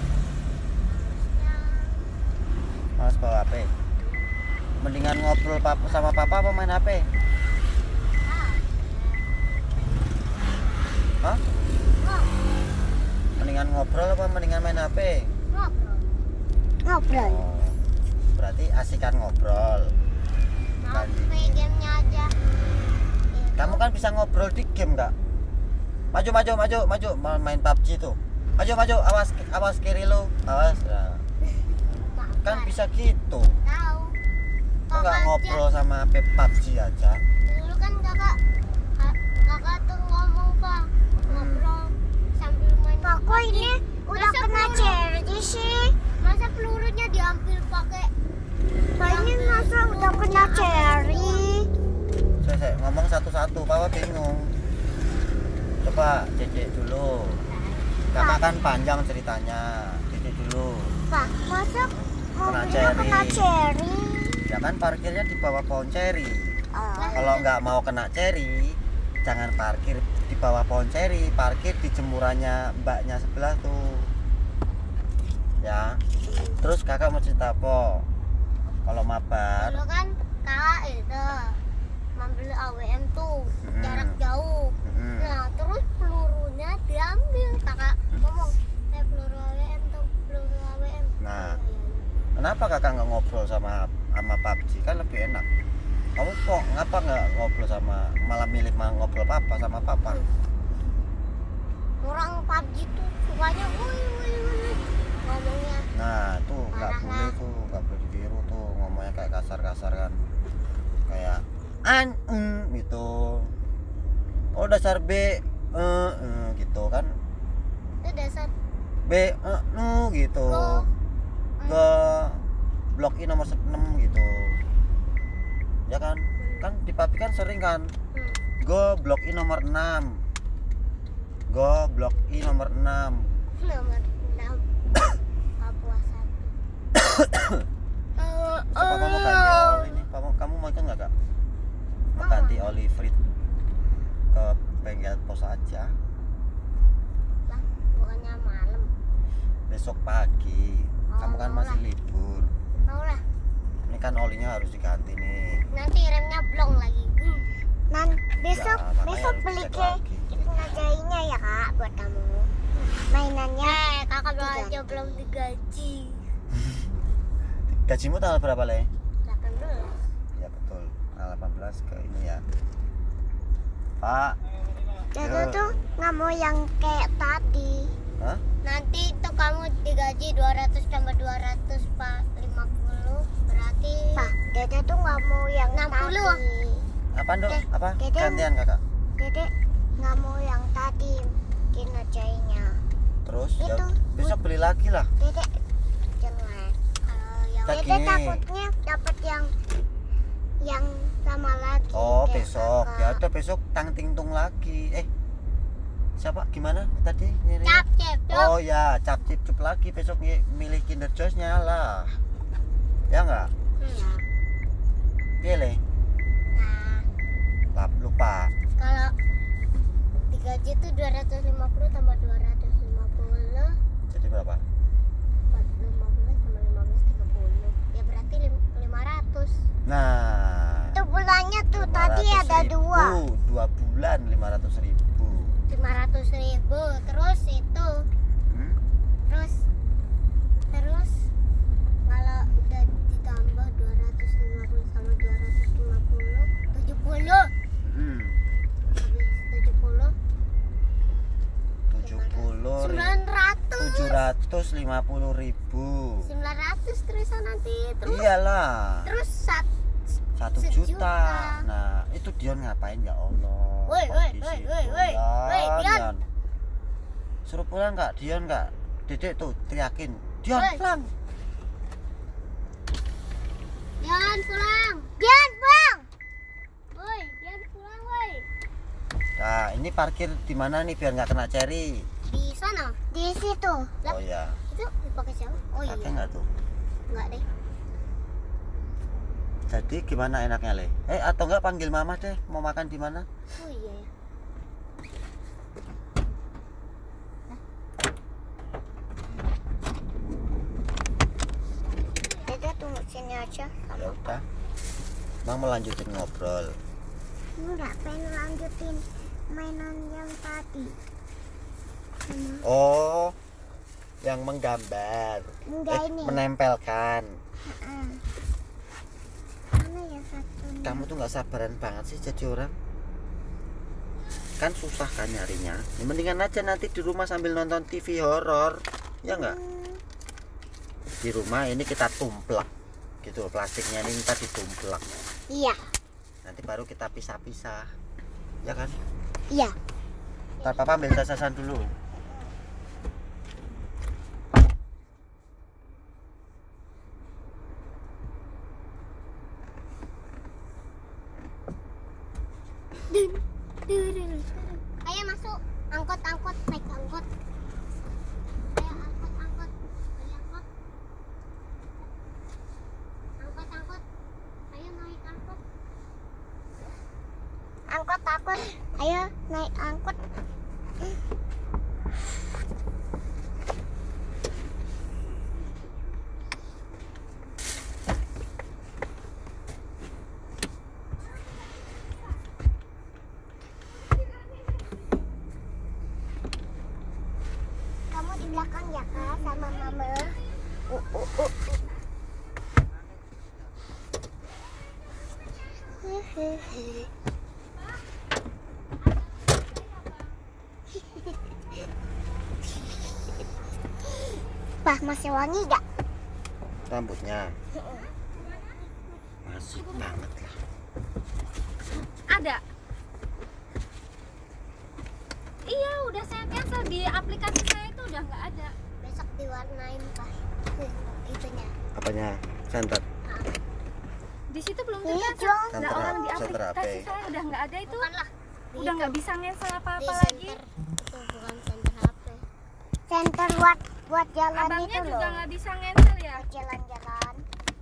Males bawa H P. Mendingan ngobrol papa sama papa apa main H P? Hah? Mendingan ngobrol apa mendingan main H P? Ngobrol. Ngobrol. Oh, berarti asikan ngobrol. Mau play gamenya aja. Kamu kan bisa ngobrol di game nggak? Maju maju maju maju mau main P U B G tuh. Maju maju awas awas kiri lu awas. Nah, kan bisa gitu. Tahu. Kok nggak ngobrol sama P U B G aja? Dulu kan kakak ka- kakak tuh ngomong Pak, ngobrol sambil main. Pak, kok ini udah Masa kena peluru? cherry sih? Masa pelurunya diambil pakai Pak, ini masa udah kena cherry? Saya, saya ngomong satu-satu, papa bingung. Coba Cece dulu. Kakak kan panjang ceritanya. Cece dulu. Pak, masa mobilnya cherry. kena cherry? Ya kan parkirnya di bawah pohon ceri. Oh. Kalau nggak mau kena ceri, jangan parkir di bawah pohon ceri, parkir di jemurannya mbaknya sebelah tuh. Ya. Terus kakak mau cerita apa? Kalau mabar, dulu kan kakak itu ngambil A W M tuh Mm-mm. jarak jauh. mm-mm. Nah terus pelurunya diambil kakak ngomong eh peluru A W M tuh peluru A W M. Nah. Oh, iya, iya. Kenapa kakak nggak ngobrol sama sama P U B G, kan lebih enak. Kamu kok ngapa nggak ngobrol sama, malah milih mau ngobrol papa sama papa? Orang P U B G tuh sukanya woi woi woi ngomongnya. Nah tuh nggak Parah, boleh lah. tuh, nggak boleh ditiru tuh, ngomongnya kayak kasar-kasar kan, kayak an mm, gitu. Oh dasar B eh eh, gitu kan, Itu dasar B eh nu gitu. go. Ke blok I nomor enam gitu. Ya kan? Kan di papi kan sering kan. Hmm. Go blok I nomor enam. Go blok I nomor enam. Nomor enam Papua satu. Coba kamu ganti oli nih. Kamu kamu mau ikut nggak kak? Mau Mau. ganti oli Frit ke bengkel pos aja. Lah, bukannya malam. Besok pagi. Kamu kan Oh, masih lah. libur. Mau lah. Ini kan olinya harus diganti nih. Nanti remnya blong lagi. Hmm. Nan, besok Ya, makanya besok harus beli cek ke lagi. ngajainya ya kak buat kamu. Mainannya Eh, kakak belum aja diganti. belum digaji. Gajimu tanggal berapa le? delapan belas. Ya betul. Tanggal delapan belas ke ini ya. Pak. Jadi Ya. tuh nggak mau yang kayak tadi. Hah? Nanti itu kamu digaji dua ratus tambah dua ratus Pak lima puluh berarti Pak, Dede tuh nggak mau yang enam puluh. tadi. Apa dok? Eh, Apa? Dede. Gantian kakak. Dede nggak mau yang tadi kinajainya. Terus ya, Itu. besok beli lagi lah. Dede jangan. Kalau yang Tadi. Dede takutnya dapat yang yang sama lagi. Oh kayak besok. kakak. Ya udah besok tang ting tung lagi. Eh siapa gimana tadi nyari? Cap cep cep. Oh ya, cap cip cup lagi besok ngi- milih Kinder Joy-nya lah. Ya enggak? Iya. Pilih. Nah, Lap, lupa. kalau tiga G itu dua ratus lima puluh tambah dua ratus lima puluh, Jadi berapa? lima belas tambah lima belas tiga puluh. Ya berarti lim- lima ratus. Nah, Itu bulannya tuh tadi lima ratus ada ribu. dua. Dua bulan lima ratus ribu. lima ratus ribu. Terus itu, Hmm? terus terus kalau udah ditambah dua ratus lima puluh sama dua ratus lima puluh, tujuh puluh. Hmm. Habis tujuh puluh, tujuh puluh sembilan ratus. tujuh ratus lima puluh ribu. sembilan ratus terusan nanti. Terus Iyalah. terus sat, Satu sejuta. juta. Nah, itu Dion ngapain ya Allah? Woi, Kok woi, di woi, situ, woi, woi. Woi, Dion, Dion. Dion. Suruh pulang nggak? Dion nggak? Dedek tuh teriakin. Dion Woi. pulang. Dian pulang. Dian bang. Woi, Dian pulang woi. Nah, ini parkir di mana nih biar nggak kena ceri? Di sana. Di situ. Lah. Oh ya, Itu dipakai siapa? Oh pakai iya. nggak tuh? Enggak deh. Jadi gimana enaknya Le? Eh atau enggak panggil mama deh, mau makan di mana? Oh iya ya. Dede tunggu sini aja. Ya udah. Bang mau lanjutin ngobrol. Enggak pengen lanjutin mainan yang tadi. Oh, yang menggambar, Enggak eh, ini. menempelkan. Heeh. Mana ya satunya? Kamu tuh nggak sabaran banget sih jadi orang. Kan susah kan nyarinya. Ya, mendingan aja nanti di rumah sambil nonton T V horor, ya nggak? Hmm, Di rumah ini kita tumplek, gitu plastiknya ini kita ditumplek. Iya. Nanti baru kita pisah-pisah, ya kan? Iya. Ntar papa ambil tas-tasan dulu. Ayo masuk. Angkot, angkot, naik angkot. Ayo angkot, angkot. Ayo angkot. Angkot, angkot. Ayo naik angkot. Angkot takut. Ayo naik angkot. Kamu di belakang ya kak sama mama. Uh, uh, uh. Hehehe. Pak masih wangi gak? Rambutnya masih banget lah. Ada. Iya, udah saya cancel di aplikasi saya itu udah nggak ada. Besok diwarnain pak. Itunya. Apanya? Center. Di situ belum Ini tercancel. dong. Nah, Center, orang di center H P. aplikasi saya udah nggak ada itu. Bukan lah. Di Udah itu. nggak bisa cancel Di apa-apa lagi. center. Itu bukan center H P. Center buat buat jalan Abangnya itu juga loh. nggak bisa cancel ya. Buat jalan-jalan.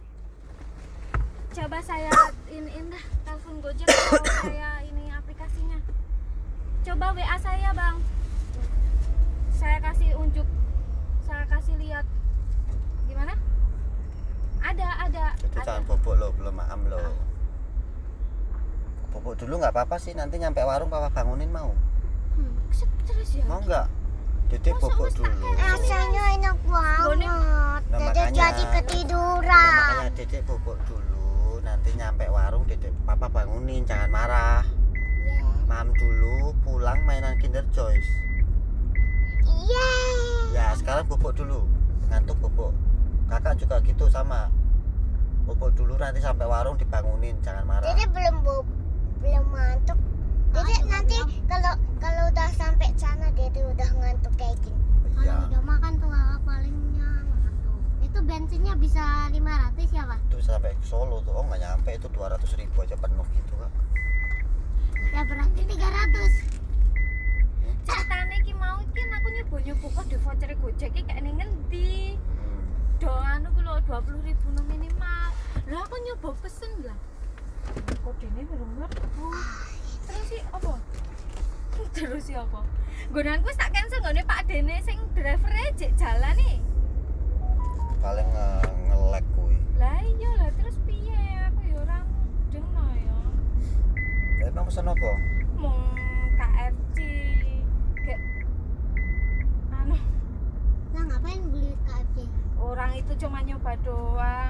Coba saya iniin dah telepon Gojek kalau saya ini aplikasinya. Coba W A saya bang. Saya kasih unjuk. Saya kasih lihat. Gimana? Ada, ada. Jadi ada. jangan bobok lo, belum maam lo. Bobok dulu nggak apa-apa sih, nanti nyampe warung papa bangunin mau. Hmm, terus ya. Mau nggak? Dedek Masa bobok mesti dulu. Rasanya enak banget. Nah, Dede makanya- jadi Nah, ketiduran. makanya dedek bobok dulu, nanti nyampe warung dedek papa bangunin, jangan marah. Iya. Mam dulu pulang mainan Kinder Joy. Iya. Ya sekarang bobok dulu, ngantuk bobok. Kakak juga gitu sama. Bobok dulu nanti sampai warung dibangunin, jangan marah. Dede belum bu belum ngantuk. Dede Ah, nanti belum. kalau kalau udah sampai sana Dede udah ngantuk kayak gini. Iya. Kalau udah makan tuh kakak palingnya ngantuk. Itu bensinnya bisa lima ratus ya pak? Itu sampai Solo tuh, oh nggak nyampe, itu dua ratus ribu aja penuh gitu kak. Ya berarti tiga ratus. ceritane iki mau iki aku nyoba-nyoba kok di voucher Gojek iki kayak ning ngendi. Do anu ku lho dua puluh ribu no minimal. Lah aku nyoba pesen lah. Kodene belum mlebu. Terus sih apa? Terus sih apa? Gonanku wis tak cancel nggone Pak Dene sing driver-e jek jalan nih. Paling nge- nge-lag kuwi. Lah iya lah terus piye aku ya ora mudeng ya. Lah emang pesen apa? Mau K F C kayak anu Lah ngapain beli K F C? orang itu cuma nyoba doang.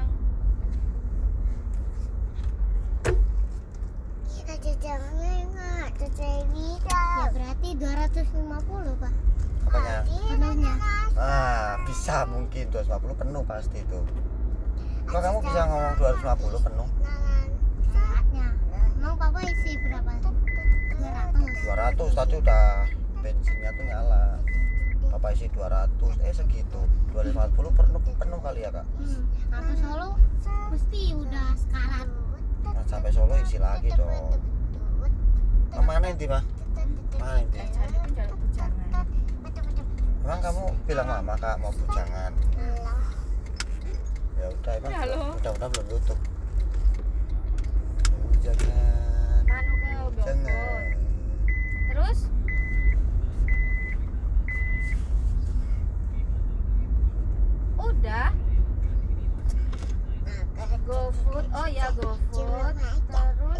Ada jamnya nggak? Ada bisa. Ya berarti dua ratus lima puluh, Pak. Apanya? Penuhnya. Ah, bisa mungkin dua ratus lima puluh penuh pasti itu. Kok kamu bisa ngomong dua ratus lima puluh penuh? Saatnya. Emang Papa isi berapa? dua ratus. dua ratus tadi udah bensinnya tuh nyala. Papa isi dua ratus, eh segitu. dua ratus lima puluh penuh penuh kali ya, Kak. Hmm. Aku Solo pasti udah sekarat. Nah, sampai Solo isi lagi dong. Nah, mana inti, Mah? Mana inti? Jadi pun jaluk bujangan. Emang kamu bilang Mama, Kak, mau bujangan? Ya udah, emang Ya, loh. udah-udah belum tutup. Bujangan. Anu ke Bogor. Jangan. Terus udah GoFood. Oh ya GoFood. Terus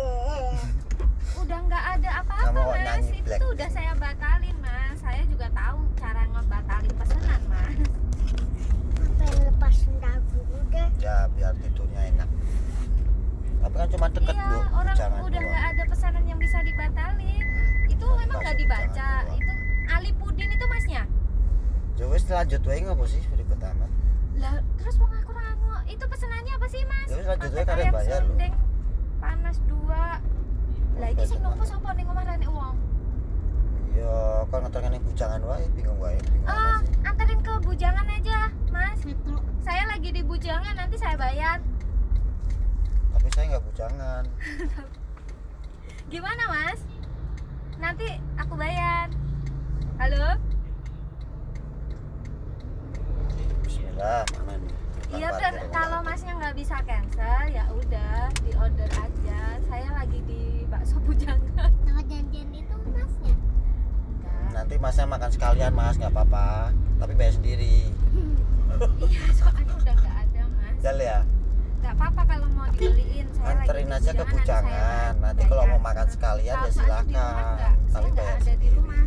udah nggak ada apa-apa Kamu kok Mas. nyanyi Itu Black? udah saya batalin Mas. Saya juga tahu cara ngebatalin pesanan Mas. Pengen lepas sendal dulu deh. Ya, biar tidurnya enak. Tapi kan cuma deket, Iya, Bu. orang Bujangan udah doang. nggak ada pesanan yang bisa dibatalin. Itu Oh, memang nggak dikasih dibaca. bujangan doang. Itu Alipudin itu Masnya. Ya wis lanjut wae ngopo sih berikut amat. Lah, terus wong aku rango. Itu pesanannya apa sih, Mas? Ya wis lanjut wae Paket kare ayam bayar lho. serundeng panas dua. Lah iki sing Bayar. nopo sapa ning omah rene wong? Ya kan nganterkan yang bujangan wae, bingung wae. Bingung Ah, apa sih? anterin ke Bujangan aja, Mas. Betul. Saya lagi di Bujangan, nanti saya bayar. Tapi saya nggak bujangan. Gimana, Mas? Nanti aku bayar. Halo? Bismillah, mana nih? Tukang Iya, parkir Ter, kok kalau nggak ada. Masnya nggak bisa cancel, ya udah di order aja. Saya lagi di bakso Bujangan. Sama janjian itu Masnya. Enggak. Nanti Masnya makan sekalian, Mas, nggak apa-apa. Tapi bayar sendiri. Iya, soalnya udah nggak ada, Mas. Jal ya. Nggak apa-apa kalau mau dibeliin. Saya Anterin lagi di aja ke nanti bujangan. saya Nanti kalau bayar. mau makan sekalian Kalau ya soalnya di rumah silakan. nggak, saya Tapi nggak bayar ada di sendiri. rumah.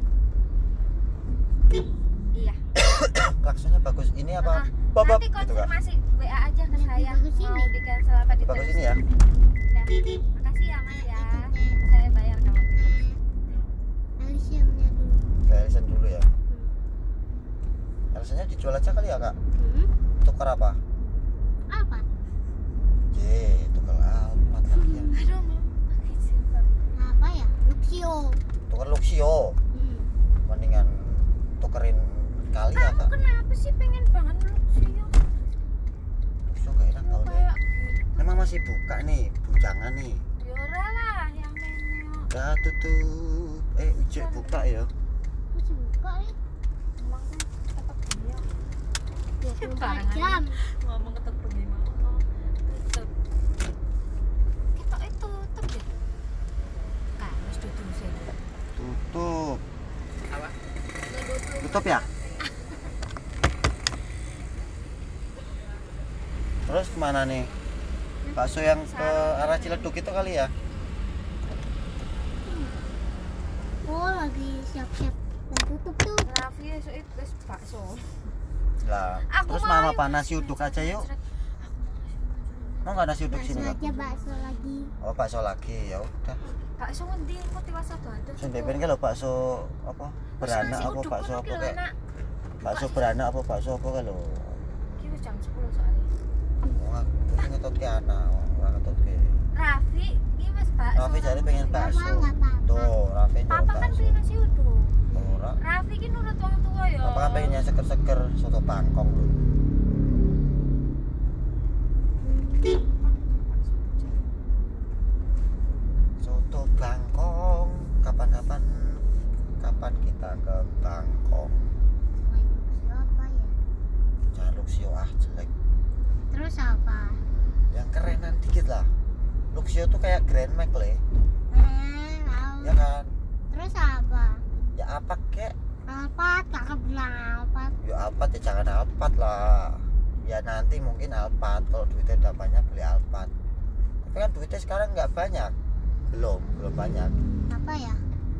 Iya. Klaksonnya bagus. Ini apa? Ah, Bobop nanti gitu, Kak. konfirmasi W A aja ke saya bagus mau ini. di cancel apa di Bagus ini ya. Nah, makasih ya Mas ya. Saya bayar kalau gitu. Alisiamnya dulu. Bayar lisan dulu ya. Alasannya dijual aja kali ya, Kak. Hmm. Tukar apa? Apa? J, tukar alpat lagi ya. Aduh, mau pakai silver. Apa ya? Luxio. Tukar Luxio. Hmm. Mendingan tukerin kali ya, Kamu Kak. kenapa sih pengen banget Luxio? Luxio nggak enak tau deh. Kayak gitu. Memang masih buka nih, bujangan nih. Yora lah yang menyo. Udah tutup. Eh, ujek buka ya. Masih buka nih. Emang kan tetap dia. dua puluh empat Barengan. jam. Ngomong ketep bagaimana? Tutup. Kita itu tutup deh. Nah, harus tutup sih. Tutup. Apa? Tutup ya? Terus kemana nih? Bakso yang ke arah Ciledug itu kali ya? Oh lagi siap-siap. Udah tutup tuh. Raffi esuk itu wis bakso. Lah, Aku terus mau mama ayo. panas nasi uduk aja yuk. Mau nggak nasi uduk sini, Bakso Kak? aja bakso lagi. Oh, bakso lagi. Ya udah. Bakso ngendi kok tiwas ada ada. Sing beben kalau bakso apa? Beranak apa bakso apa kayak? Bakso beranak apa bakso apa kalau? Iki wis jam sepuluh soalnya. Wong aku sing ngetot ke anak, ora ngetot ke. Raffi, iki wis bakso. Raffi jare pengen bakso. Papa nggak apa-apa. Tuh, Raffi nyuruh Papa kan bakso. pengen nasi uduk. Ora. Raffi ki nurut wong tua ya. Papa kan pengen yang seger-seger soto bangkong lho. Soto bangkong kapan-kapan kapan kapan kita ke Bangkok. Selain Luxio apa ya? Jangan Luxio ah jelek. Terus apa? Yang kerenan dikit lah. Luxio tuh kayak Grand Max le, Eh, tahu. ya kan? Terus apa? Ya apa kek? Alphard, kakak bilang Alphard. Ya Alphard ya jangan Alphard lah. Ya nanti mungkin Alphard kalau duitnya udah banyak beli Alphard. Tapi kan duitnya sekarang nggak banyak. Belum, belum banyak. Apa ya?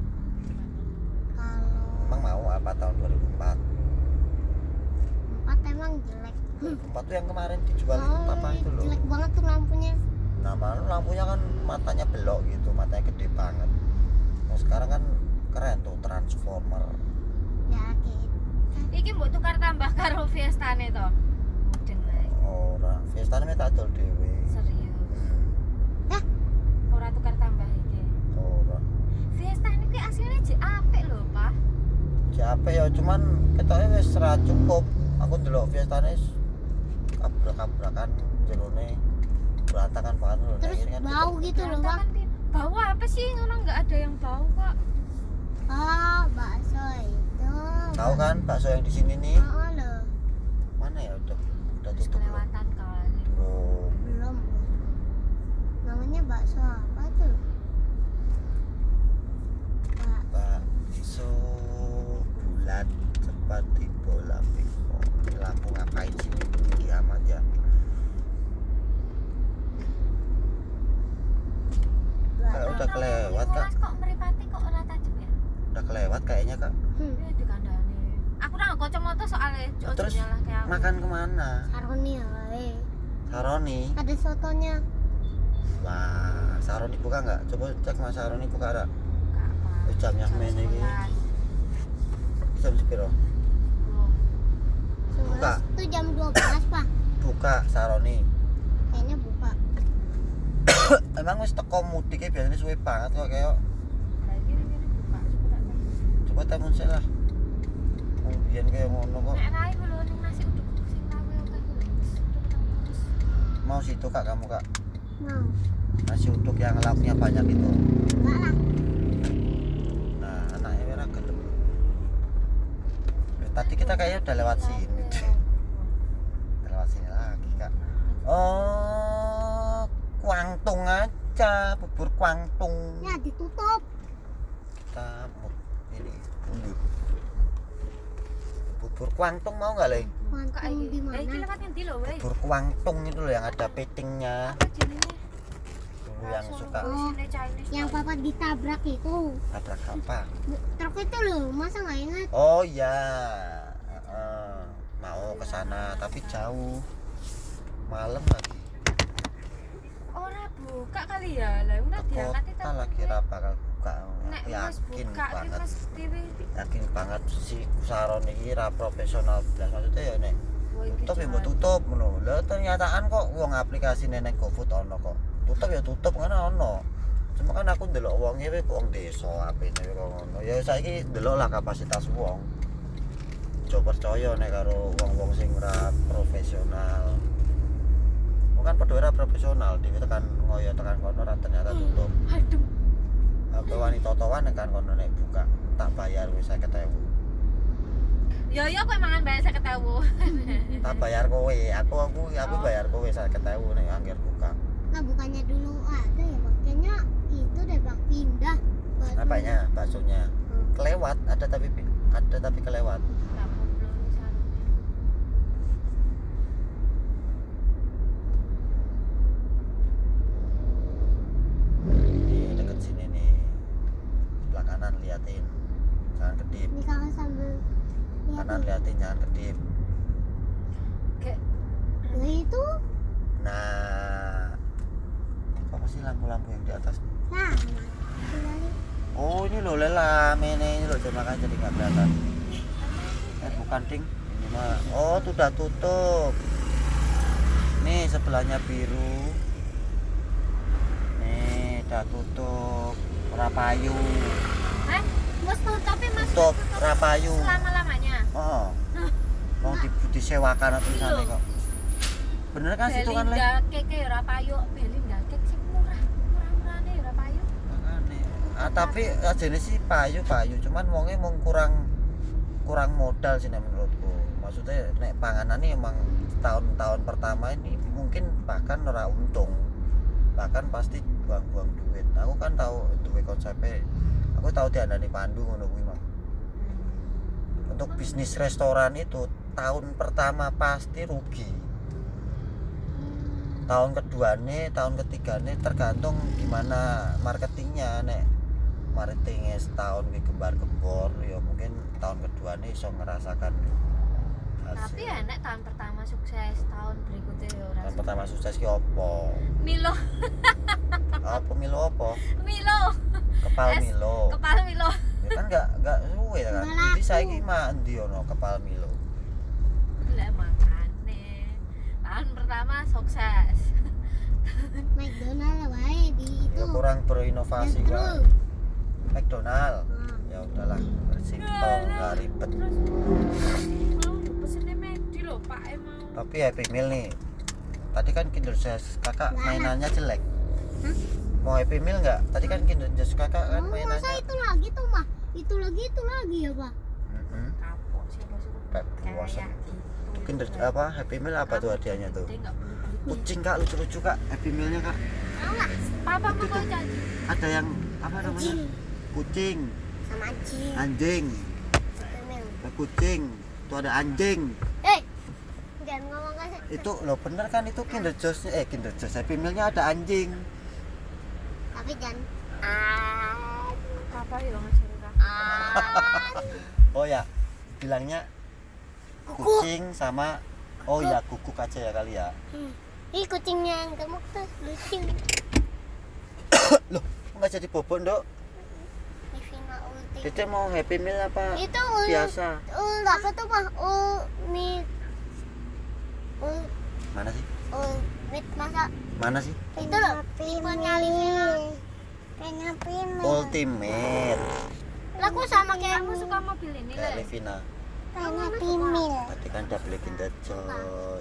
Kalau Emang mau Alphard tahun dua ribu empat? empat emang jelek. dua ribu empat tuh yang kemarin dijual Oh, papa itu loh. jelek banget tuh lampunya. Nah, malu lampunya kan matanya belok gitu, matanya gede banget. Nah, sekarang kan keren tuh Transformer. Ya gitu. Iki mbok tukar tambah karo Fiestane to. Mudeng ae. Ora, Fiesta ini tak adol dhewe. Serius. Hmm, Ora tukar tambah iki. ora. Fiestane kuwi asline jek apik lho, Pak. Siapa ya cuman ketoke wis ora cukup. Aku ndelok Fiesta ini kabrak-kabrakan jerone berantakan banget loh. Terus Nah, ini kan bau gitu loh, Bang. Berantakan, Pin. Bau apa sih? Ngono enggak ada yang bau kok. Oh, bakso itu. tahu kan bakso yang di sini nih. Oh, loh. Mana ya udah udah Terus tutup belum? kelewatan kali. Oh, Belum. Namanya bakso apa tuh? Bak bakso bulat seperti bola pingpong. Ini lampu ngapain sih ini tinggi amat ya? Kalau udah kelewat kak, Mas kok mripate kok ora tajem ya? udah kelewat kayaknya kak. Hmm. Ya dikandani. Aku ora kacamata soalnya ojo Terus nyalah kayak aku. makan kemana? Saroni wae. Saroni. Ada sotonya. Wah, Saroni buka nggak? Coba cek mas Saroni buka ada. Enggak apa. Wis jam yang Jam main iki. sebelas. Jam sepiro? Belum. Buka. sebelas itu jam dua belas, Pak. Buka Saroni. Kayaknya buka. Emang wis teko mudiknya biasanya suwe banget kok kayak. Lah iki ngene buka coba tak tes. Coba temen sih lah. Wong biyen kayak ngono kok. Nek rai lho ning nasi uduk-uduk sing rawe akeh kuwi. Uduk nang terus. Mau situ kak kamu kak. Mau. Nasi uduk yang lauknya banyak itu. Enggak lah. Nah, anaknya merah gelem. Eh, Tadi kita kayaknya udah lewat sini. Udah lewat sini lagi kak. Oh, Kuangtung aja, bubur Kuangtung. Ya ditutup. Kita mau ini mundur. Bubur Kuangtung mau nggak leh? Kok Kuantum iki? di Eh iki mana? lewat ngendi lho, weh? Bubur Kuangtung itu loh yang ada pitingnya. Apa jenenge? Dulu yang suka Oh, Sini Chinese. Yang papa ditabrak itu. tabrak apa? Truk itu loh, masa nggak ingat? Oh iya, Heeh. Mau ke sana tapi jauh, malam lagi. Ora buka kali ya. Lah udah Ke diangkat itu. kota lagi ra bakal buka. Nek Aku Mas yakin buka iki banget, Mas Dewi. yakin banget si Saron ini ra profesional belas maksudnya ya nek Wah, iki tutup ya jalan. mbok tutup ngono. Lah ternyaan kok wong aplikasi nenek GoFood ono kok. Tutup ya tutup kan ono. Cuma kan aku ndelok wonge kuwi wong desa apene kok ngono. Ya saiki ndelok lah kapasitas wong. Coba percaya nek karo wong-wong sing ora profesional. Wong kan padha ora profesional, dhewe tekan ngoyo tekan kono ora ternyata tutup. Aduh. Apa wani totoan kan kono nek buka tak bayar wis lima puluh ribu. Ya ya kok mangan bayar saya ketahu. Tak bayar kowe, aku aku aku Oh. bayar kowe lima puluh ribu nek angger buka. Nah bukannya dulu ada ya Bang? Kayaknya itu deh Bang, pindah. Bakso. Apanya? Baksonya. Hmm. Kelewat, ada tapi ada tapi kelewat. Ini deket sini nih. Sebelah kanan liatin. Jangan kedip. Ini kakak sambil lihat Kanan tuh. liatin jangan kedip. Kayak Nah itu, Nah. Apa sih lampu-lampu yang di atas? nah, kembali. Oh ini loh lelam ini, ini loh coba kan jadi nggak kelihatan. Eh bukan ding, ini mah. Oh sudah tutup. Nih sebelahnya biru. Nih udah tutup. Rapayu. eh Mas tapi Mas Tutup Rapayu. selama-lamanya. Oh. Mau di, disewakan atau sana kok. Bener kan situ kan le? Belinda cake ya ora payu, Belinda cake sing murah. Murah-murahane ya ora payu. Makane tapi jenis sih payu payu cuman wonge mau kurang kurang modal sih nek menurutku. Maksudnya nek panganan ini emang tahun-tahun pertama ini mungkin bahkan ora untung, bahkan pasti buang-buang duit. Aku kan tahu duwe konsepnya, aku tahu diandani pandu ngono kuwi mah. Untuk bisnis restoran itu tahun pertama pasti rugi. Tahun kedua nih, tahun ketiga nih tergantung gimana marketingnya. Nek marketingnya setahun ke gembar-gembor ya mungkin tahun kedua nih bisa ngerasakan hasil. Tapi ya nek tahun pertama sukses, tahun berikutnya ya ora. Tahun pertama sukses ki opo? Milo. Apa Milo opo? Milo. Kepal Es- Milo. Kepala Milo. Ya kan enggak enggak suwe kan. Malaku. Jadi saiki mah endi ono kepal Milo. Lah makane. Tahun pertama sukses. McDonald wae di itu. Ya kurang berinovasi Metro. gua. McDonald. Hmm. Ya udahlah, simple, enggak ribet. Mau pesennya Medi loh, Pak emang. Tapi Happy Meal nih. Tadi kan Kinder Joy kakak mainannya jelek. Hah? Mau Happy Meal enggak? Tadi kan Kinder Joy kakak kan Oh, masa mainannya. itu lagi tuh mah? Itu lagi itu lagi ya pak? Heeh. Kapok siapa suruh Pep kayak puasa. gitu. Kinder apa Happy Meal apa tuh hadiahnya tuh? Dia nggak beli-beli. Kucing kak, lucu-lucu kak Happy Mealnya kak. Tahu nggak? Papa Itu mau tuh. janji. Ada yang apa namanya? Anjing Kucing, sama anjing. anjing, Emil. ada kucing, tuh ada anjing. Eh, jangan ngomong kasar. Itu loh bener kan itu Kinder Joy eh Kinder Joy Happy Mealnya ada anjing. Tapi jangan. Ah, Papa hilang cerita. ah. Oh ya, bilangnya Kuku. kucing sama oh ya kukuk aja ya kali ya. Hmm. Ih kucingnya yang gemuk tuh lucu. Loh, nggak jadi bobon dok? Livina ulti. Dede mau Happy Meal apa Itu ul. biasa? Ul apa tuh mah? Ul mit. Ul Mana sih? ul mit masa Mana sih? itu loh tipenya Livina. Kayaknya pimil. Ultimate Laku sama kayak Kamu suka mobil ini kayak Le? Levina. kayaknya pimil. Tadi kan udah beli Kinder Joy.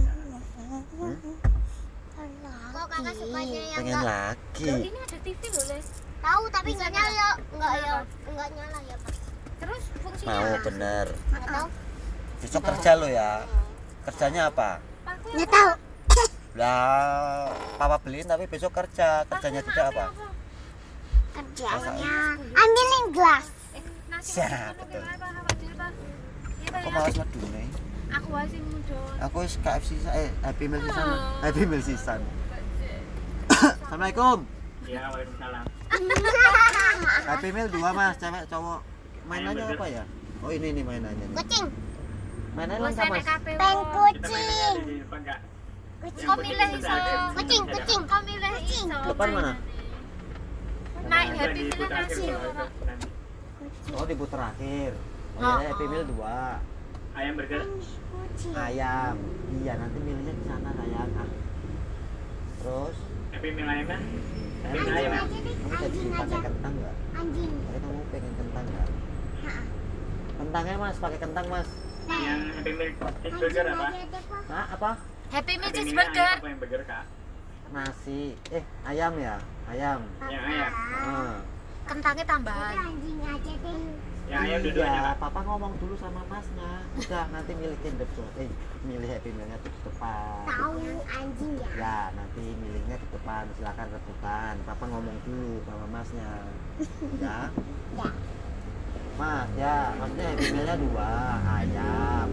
Hmm? Kok kakak sukanya yang Pengen enggak lagi. Loh, ini ada T V loh Le. tahu tapi Bisa nggak nggak? nyala, nggak ya, Kenapa? nggak nyala ya pak. Terus fungsinya Mau apa? bener. Nggak tahu. Besok kerja lo ya. Kerjanya apa? Paku yang Nggak tahu. Lah, papa beliin tapi besok kerja. Kerjanya Paku tidak maafnya apa? Kerjanya ambilin gelas. Eh, nasi Siap, betul. betul. Gimana Pak? Khawatir Pak? Iya Pak Kok ya. malas medune? Aku masih muda. Aku wis K F C sa- eh Happy Meal sisan. Oh. Happy Meal sisan. Assalamualaikum. Iya, waalaikumsalam. Happy Meal dua mas, cewek cowok. Mainannya apa ya? Oh ini nih mainannya nih. Kucing. Mainannya Bosan lengkap nek mas. kape. Pen Kita kucing. mainnya di depan Kak. Kucing. Kau milih iso. Kucing, kucing. Kau milih iso. Depan mana? Naik Udah Happy di Meal putar nasi. akhir, ya, Pak. nanti. Oh di putar akhir. Oh, Oh, ya Happy oh. Meal dua. Ayam burger. Kucing. Ayam. Iya nanti milihnya di sana sayang. Ah. Terus Happy Meal ayamnya. Happy Meal Anjing ayam ya. aja deh. kamu jadi Anjing pakai aja. kentang nggak? Anjing. Tadi kamu pengen kentang nggak? Ha-ha. Kentangnya mas, pakai kentang mas. Yang Happy Meal cheeseburger Anjing apa? aja deh pak. Nah apa? Happy Meal Happy Meal cheeseburger. ayam apa yang burger Kak? Nasi. Eh ayam ya? Ayam. Yang ayam. Ah. Kentangnya Udah tambahan. anjing aja deh. Yang ayam dua-duanya Iya, Kak. papa ngomong dulu sama masnya. Udah nanti milih Kinder Joy. Eh, milih Happy Meal-nya tuh di depan. Tahu anjing ya. Ya, nanti milihnya di depan. Silakan rebutan. Papa ngomong dulu sama masnya. Ya. Ya. Mas, ya, maksudnya Happy Meal-nya dua, ayam.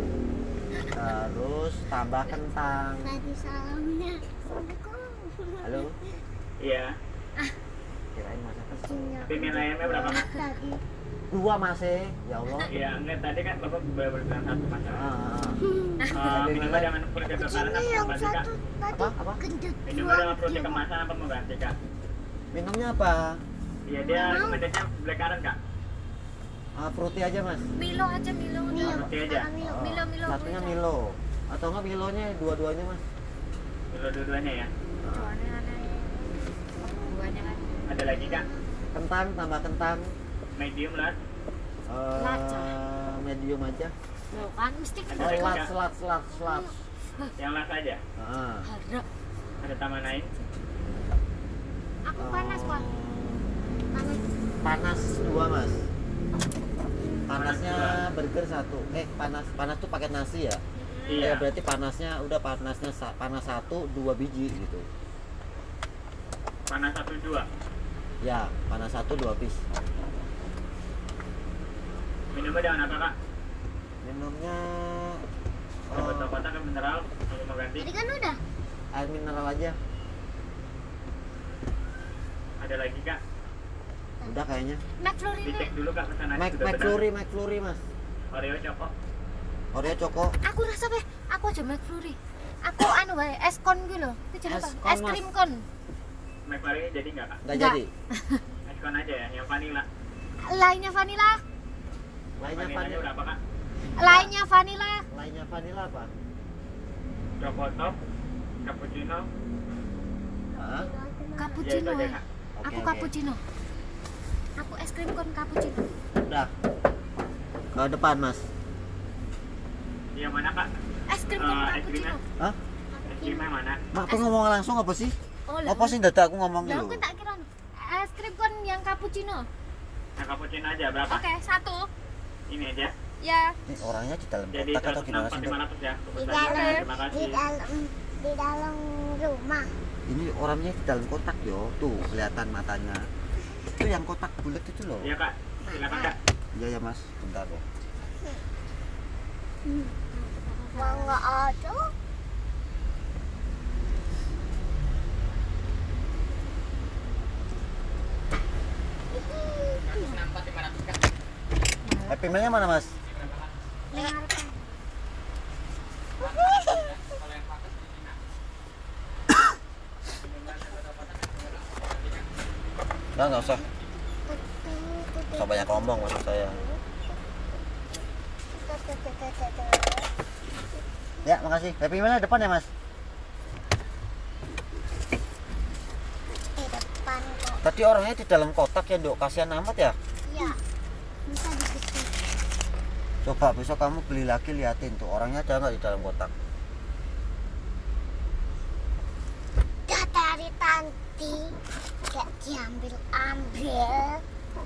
Terus tambah kentang. Tadi salamnya. Assalamualaikum. Halo. Iya. Kirain masa kesel. Happy Meal ayamnya berapa Mas? Tadi. Dua mas eh. Ya Allah. Iya, enggak tadi kan Bapak baru bilang satu Mas. Ah, ah, ah. Eh, minimal jangan perlu kekemasan Kucingnya apa yang ganti Kak? satu tadi Apa? Apa? gendut Minimal jangan perlu dia, Pak. kekemasan apa mau ganti Kak? Minumnya apa? Iya, dia rekomendasinya black currant Kak. Ah, fruity aja mas. Milo aja Milo. Milo. Oke aja. Sama Milo. Oh, Milo, Milo, satunya aja. Milo. Atau enggak Milonya dua-duanya mas? Dulu dua-duanya ya. Soalnya aneh. Buahnya kan. Ada lagi Kak? Kentang tambah kentang. Medium lah. Eh, Laca. medium aja. Loh kan mesti Ada Oh, lagi selat, Kak? selat, selat, selat. Yang las aja. Ah. harap. Ada taman lain. Aku panas Pak. Eh, Panas. panas dua mas. Panasnya burger satu. Eh panas panas tuh pakai nasi ya? Iya. Eh, berarti panasnya udah panasnya sa- panas satu dua biji gitu. Panas satu dua. Ya panas satu dua piece. Minumnya dengan apa kak? Minumnya Ada oh, kotak-kotak ke mineral. Aku mau ganti. Tadi kan udah. air mineral aja. Ada lagi kak? Udah kayaknya. McFlurry ini. Dicek dulu kak pesanannya Mac sudah benar. McFlurry McFlurry mas. Oreo Choco. Oreo Choco. Aku rasa be, aku aja McFlurry. Aku anu wae, es kon gitu loh. Itu jenenge Es apa? kon, Es Mas. krim kon. McFlurry jadi nggak kak? Nggak Nggak. jadi. Es kon aja ya, yang vanilla. Lainnya vanilla. Lainnya Vanillanya vanilla. berapa kak? Lainnya vanilla. Lainnya vanilla apa? Choco top, cappuccino. Hah? Ya itu Cappuccino. aja ya. kak. Oke, Aku oke. cappuccino. Aku es krim kon cappuccino. Udah. Ke depan mas. Yang mana kak? Es krim kon Eh, es cappuccino. krimnya? Hah? Es krim yang mana? Mak apa ngomong langsung apa sih? Oh, lah. Apa sih dadak aku ngomong Lah gitu? aku tak kira anu. Es krim kon yang cappuccino. Yang cappuccino aja berapa? Oke, satu. Ini aja. Ya. Ini orangnya di dalam Jadi kotak atau seratus enam gimana puluh sih? lima ratus ya. Di Terima dalam kasih. di dalam di dalam rumah. Ini orangnya di dalam kotak yo, tuh kelihatan matanya. Itu yang kotak bulat itu loh. Iya kak. Silakan kak. Iya ya mas, bentar kok. Mau nggak ada? Happy Meal-nya mana mas? Enggak, nggak usah. Nggak usah banyak ngomong maksud saya. Ya, makasih. Happy Meal-nya depan ya mas? Di depan kok. Tadi orangnya di dalam kotak ya dok, kasihan amat ya. Ya. Bisa dikasih. Coba besok kamu beli lagi liatin tuh orangnya ada nggak di dalam kotak. Udah dari tanti gak diambil ambil.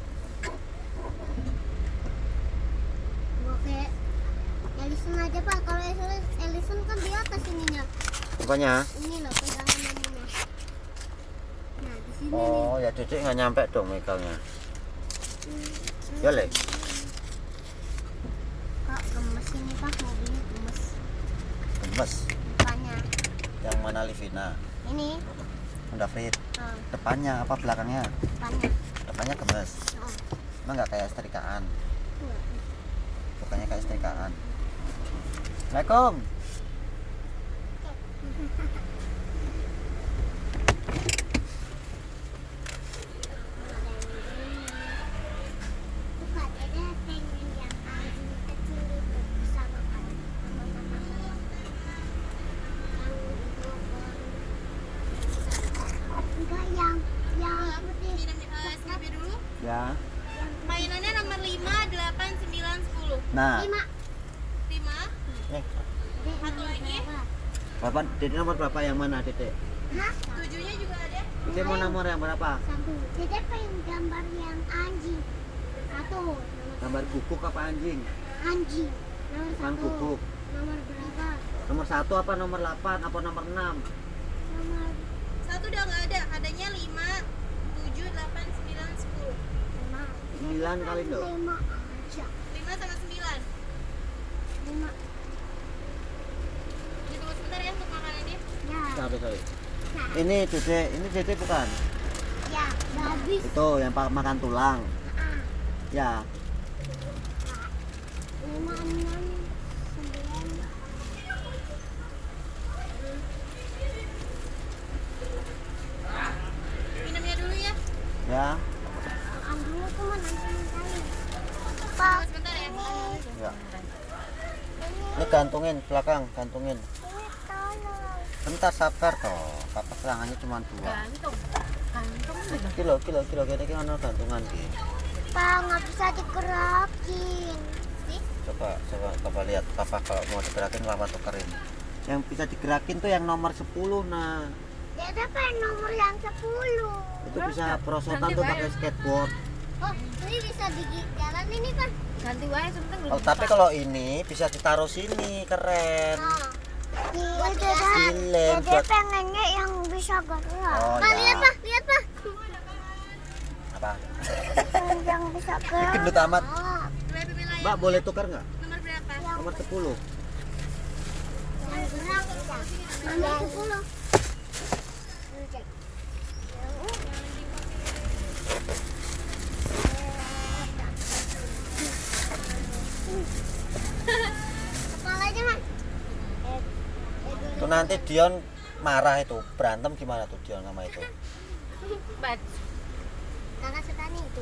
Oke. Ellison aja pak. Kalau Ellison, Ellison kan di atas ininya. Apanya? Ini loh pegangan ininya. Nah di sini nih. Oh ya dedek nggak nyampe dong megangnya. Ya le. Kak gemes ini pak, mobilnya gemes. Gemes. Depannya. Yang mana Livina? Ini. Honda Fit. Oh, Depannya apa belakangnya? depannya. Depannya gemes. Oh. Emang nggak kayak setrikaan? Bukannya kayak setrikaan. Assalamualaikum. Tuh Kak Dede pengen yang anjing kecil itu sama Kak. Enggak yang yang S K P dulu. Ya. Mainannya nomor lima, delapan, sembilan, sepuluh. Nah. lima. lima. Nih. Satu lagi. Bapak dedek nomor berapa yang mana dedek? Hah? Tujuhnya juga ada. Dedek mau nomor yang berapa? Satu. Dede pengen gambar yang anjing. Satu. Gambar guguk apa anjing? Anjing. Nomor Bukan satu. guguk. Nomor berapa? Nomor satu apa nomor delapan apa nomor enam? Nomor Satu udah nggak ada. Adanya lima, tujuh, delapan, sembilan, sepuluh. lima. Sembilan kali dong. Lima aja. Lima sama sembilan. Lima. Ditunggu sebentar ya untuk makanannya. Ya. Sorry, sorry. Ini dedek, ini dedek bukan? Ya. Udah habis. Itu yang pak- makan tulang. Ah. Ya. Lima, enam, sembilan. Minumnya dulu ya. Ya. Makan dulu teman nanti mintain. Tunggu Pak. sebentar ya. Ya. Ini gantungin belakang, gantungin. Ini tolong. Bentar sabar toh. Papa serangannya cuma dua. Gantung. Gantung. Kilo, kilo, kilo. Kira kira mana gantungan ki? Pak nggak bisa digerakin. Coba, coba, coba lihat. Papa kalau mau digerakin papa tukerin. Yang bisa digerakin tuh yang nomor sepuluh nah. Dede pengen nomor yang sepuluh. Itu bisa perosotan tuh pakai skateboard. Oh, ini bisa di jalan ini kan? Ganti wae sebentar belum. Oh, tapi kalau ini bisa ditaruh sini, keren. Nah, Iya, Dede. Dilem Dede buat pengennya yang bisa gerak. oh Pak, lihat ya. Pak, lihat Pak. Apa? Yang bisa gerak. Gendut amat. Ah, Mbak boleh tukar nggak? Nomor berapa? Nomor sepuluh. Yang gerak. Nomor sepuluh. Kepalanya Mas. Tuh nanti Dion marah itu, berantem gimana tuh Dion sama itu? Bat. Kakak suka nih itu.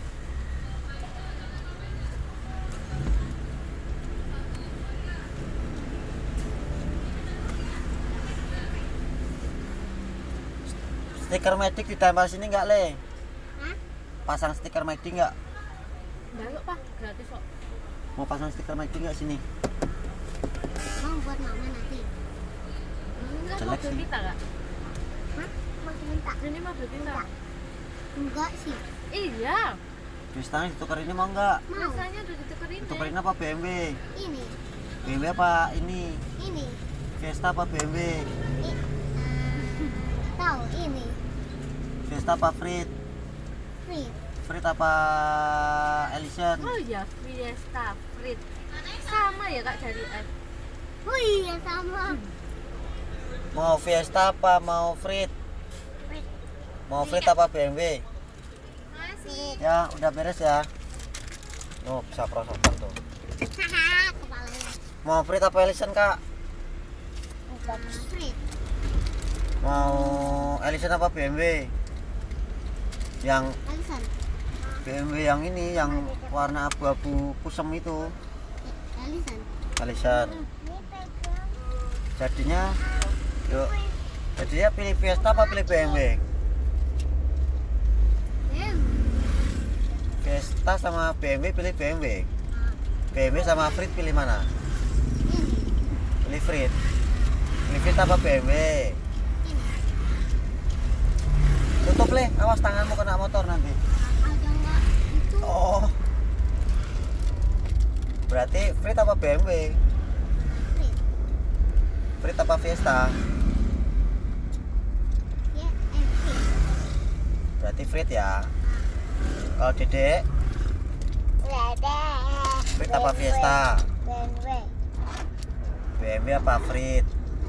Stiker medik ditempel sini nggak Le? Hah? Pasang stiker medik nggak? Jaluk Pak, gratis kok. Mau pasang stiker medik nggak sini? Mau buat mama nanti. Enggak Jelek mau sih. berpita enggak? Hah? Mau minta? Ini mau berpita. Enggak sih. Iya. Terus tangan ditukar ini mau nggak? Mau. Rasanya udah ditukerin. Ditukerin apa B M W? Ini. B M W apa ini? Ini. Fiesta apa B M W? I- eh, tahu ini. Fiesta apa Frit? Free. Frit apa Ellison? Oh iya, Fiesta Frit. Sama ya Kak dari F. Oh iya sama. Mau Fiesta apa mau Frit? Mau Frit apa B M W? Masih. Ya udah beres ya. Oh bisa prosotan tuh. Haha, kepalanya. Mau Frit apa Ellison kak? Free. Mau Ellison apa B M W? Yang Alisan. B M W yang ini yang warna abu-abu kusem itu. Alisan. Ellison. ini pegang. Jadinya yuk. Jadinya pilih Fiesta apa pilih B M W? Eh, Fiesta sama B M W pilih B M W. B M W sama Frit pilih mana? ini. Pilih Frit. Pilih Frit apa B M W? Tutup Le, awas tanganmu kena motor nanti. Ada enggak itu? Oh. Berarti Frit apa B M W? Free. Frit apa Fiesta? Ya, eh, free. Berarti Frit ya. Kalau Dedek, Dede. Frit apa Fiesta? B M W. B M W apa Frit?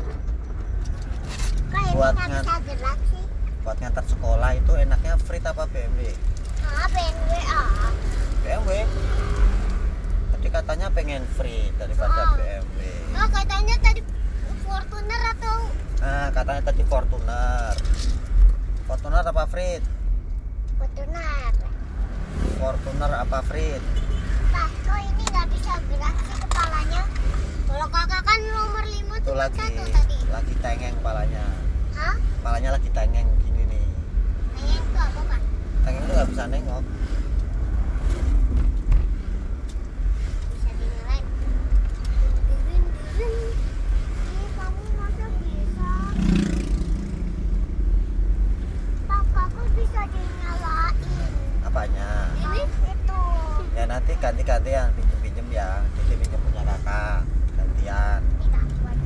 Kok ini Buat nggak ngan- bisa gerak sih? Buat ngantar sekolah itu enaknya Frit apa B M W? Ah, B M W ah. B M W. Tadi katanya pengen Frit daripada Oh. B M W. Oh, katanya tadi Fortuner atau Nah, katanya tadi Fortuner. Fortuner apa Frit? Fortuner. Fortuner apa Frit? Pak, kok ini nggak bisa gerak sih kepalanya? kalau kakak kan nomor lima Itu tuh lagi satu tadi. lagi tengeng palanya. Hah? Palanya lagi tengeng gini nih. Nah, yang itu apa Pak? Tengeng itu nggak bisa nengok. Bisa dinyalain. Dirin, dirin. Ih, kamu masa bisa? Pak, aku bisa dinyalain. Apanya? Ini? Itu. Ya nanti ganti-gantian pinjem-pinjem ya. Jadi pinjem punya kakak. Gantian. Tidak kuat.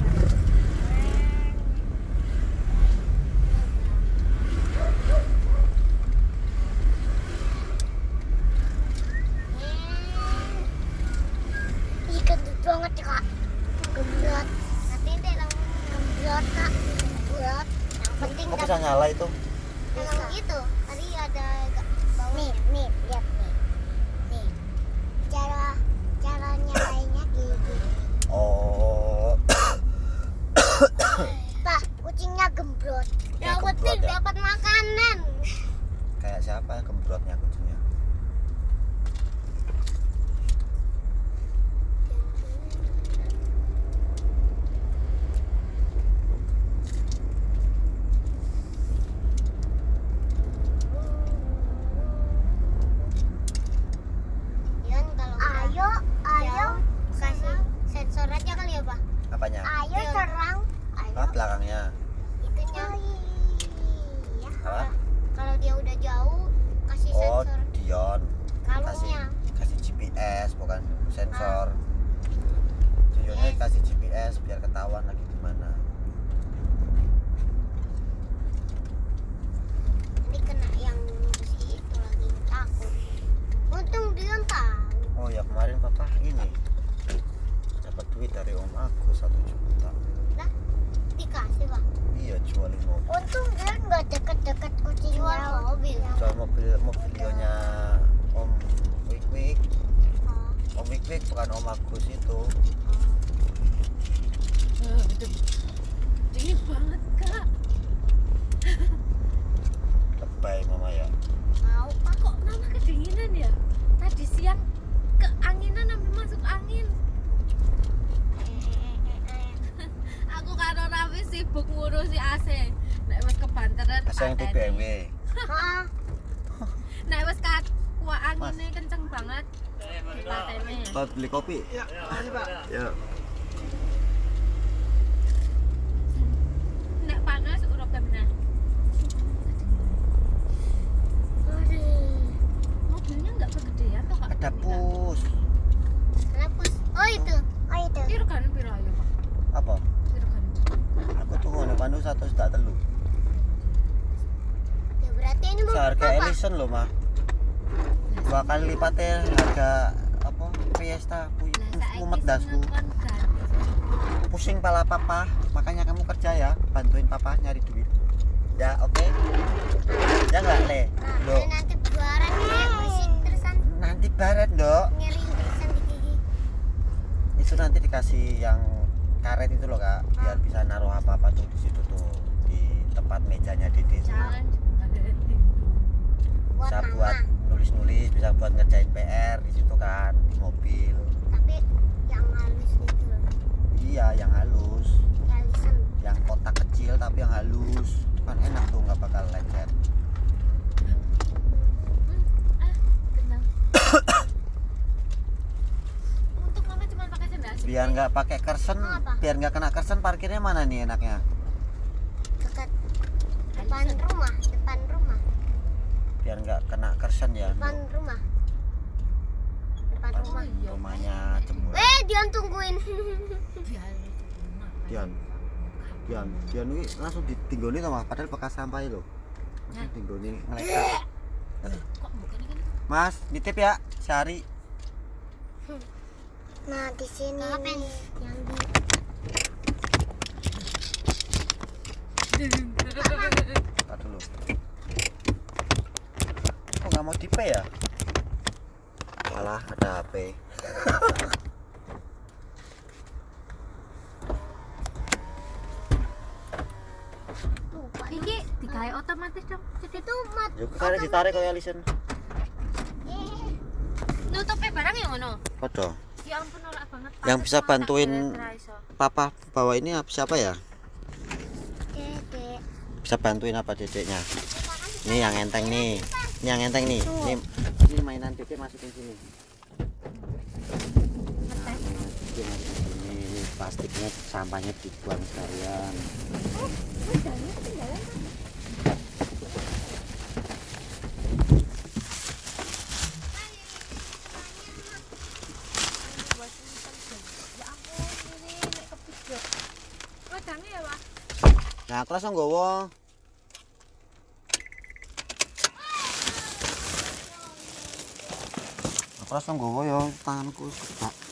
Ih, gendut banget ya, Kak. Gendut. Nanti deh langsung Gendut, Kak. Gendut. Yang penting Kok kan bisa nyala itu? yang itu. Tadi ada ga- bau. nih, nih, lihat nih. Nih. Cara cara nyalainnya gini. Oh. Pak, kucingnya gembrot. Ya, Yang penting gembrot ya. dapat makanan. Kayak siapa ya gembrotnya kucingnya? Yan kalau udah Ayo, ayo, jauh, kasih sensor aja kali ya Pak. Apanya? ayo serang. Ayo. Oh, belakangnya. Itunya. Oh, iya. Apa? Kalau dia udah jauh kasih Oh, sensor. Dion. Soal mobil mobilionya Om Wik Wik. Om Wik Wik bukan Om Agus itu. Eh, itu dingin banget kak. Lebay mama ya. Mau pak kok mama kedinginan ya? Tadi siang keanginan sampai masuk angin. Aku karo Raffi sibuk ngurusi A C. Nek wis kebanteran Asal yang di B M W. Heeh. Nek wis kuat anginnya kenceng banget. Dipateni. Pak beli kopi? Ya, makasih Pak. Ya. Nek panas urip bener. Mobilnya nggak kegedean toh kak? Ada pus. Lepus. Oh itu. Oh itu. Piro kan piro ayo pak? Apa? Piro kan? Aku tuh ngono pandu satu juta telu. Ya berarti ini mobil Seharga papa. Ellison loh mah. Dua kali lipatnya harga apa Fiesta mumet dasku. Pusing pala papa, makanya kamu kerja ya, bantuin papa nyari duit. Ya oke. Ya nggak le? Nah, Dok. nanti buaran kayak berisik terusan Nanti baret dok. nyeri terusan di gigi. Itu nanti dikasih yang karet itu loh kak, biar bisa naruh apa apa tuh di situ tuh di tempat mejanya Dede tuh. Jangan Buat Bisa mama. buat nulis-nulis, bisa buat ngerjain P R di situ kan, di mobil. Tapi yang halus gitu loh. Iya, yang halus, Ya listen. yang kotak kecil tapi yang halus. Itu kan enak tuh, nggak bakal lecet. tenang. Untuk mama cuma pakai sendal. Biar nggak pakai kersen, Apa? biar nggak kena kersen, parkirnya mana nih enaknya? Dekat depan rumah, depan rumah, Biar nggak kena kersen ya. depan rumah. Depan Pas rumah. rumahnya jemur. Eh, Dian tungguin. Dian, Dian, Dian ini langsung ditinggoni sama, padahal bekas sampah itu. Langsung tinggoni ngelekat. Kok bukannya kan? Mas, nitip ya, sehari. Nah, di sini nih, yang di Tar dulu. Kok nggak mau di pay ya? Malah ada H P. tuh, Pak. Iki digawe otomatis dong. Jadi Itu mat. Juga kare ditarik kayak lisen. Eh, nutupe barang yang ngono. Podo. Ya ampun norak banget. Yang bisa Pantes bantuin tak kira iso. Papa bawa ini apa siapa ya? Dedek. Bisa bantuin apa dedeknya? Ini yang enteng nih. Ini yang enteng nih. Ini, ini mainan dedek masukin sini. Nah, ini masukin sini. Ini plastiknya sampahnya dibuang sekalian. Wedangnya ya, Pak. Nah, aku langsung nggowo. Aku langsung nggowo ya tanganku. Pak.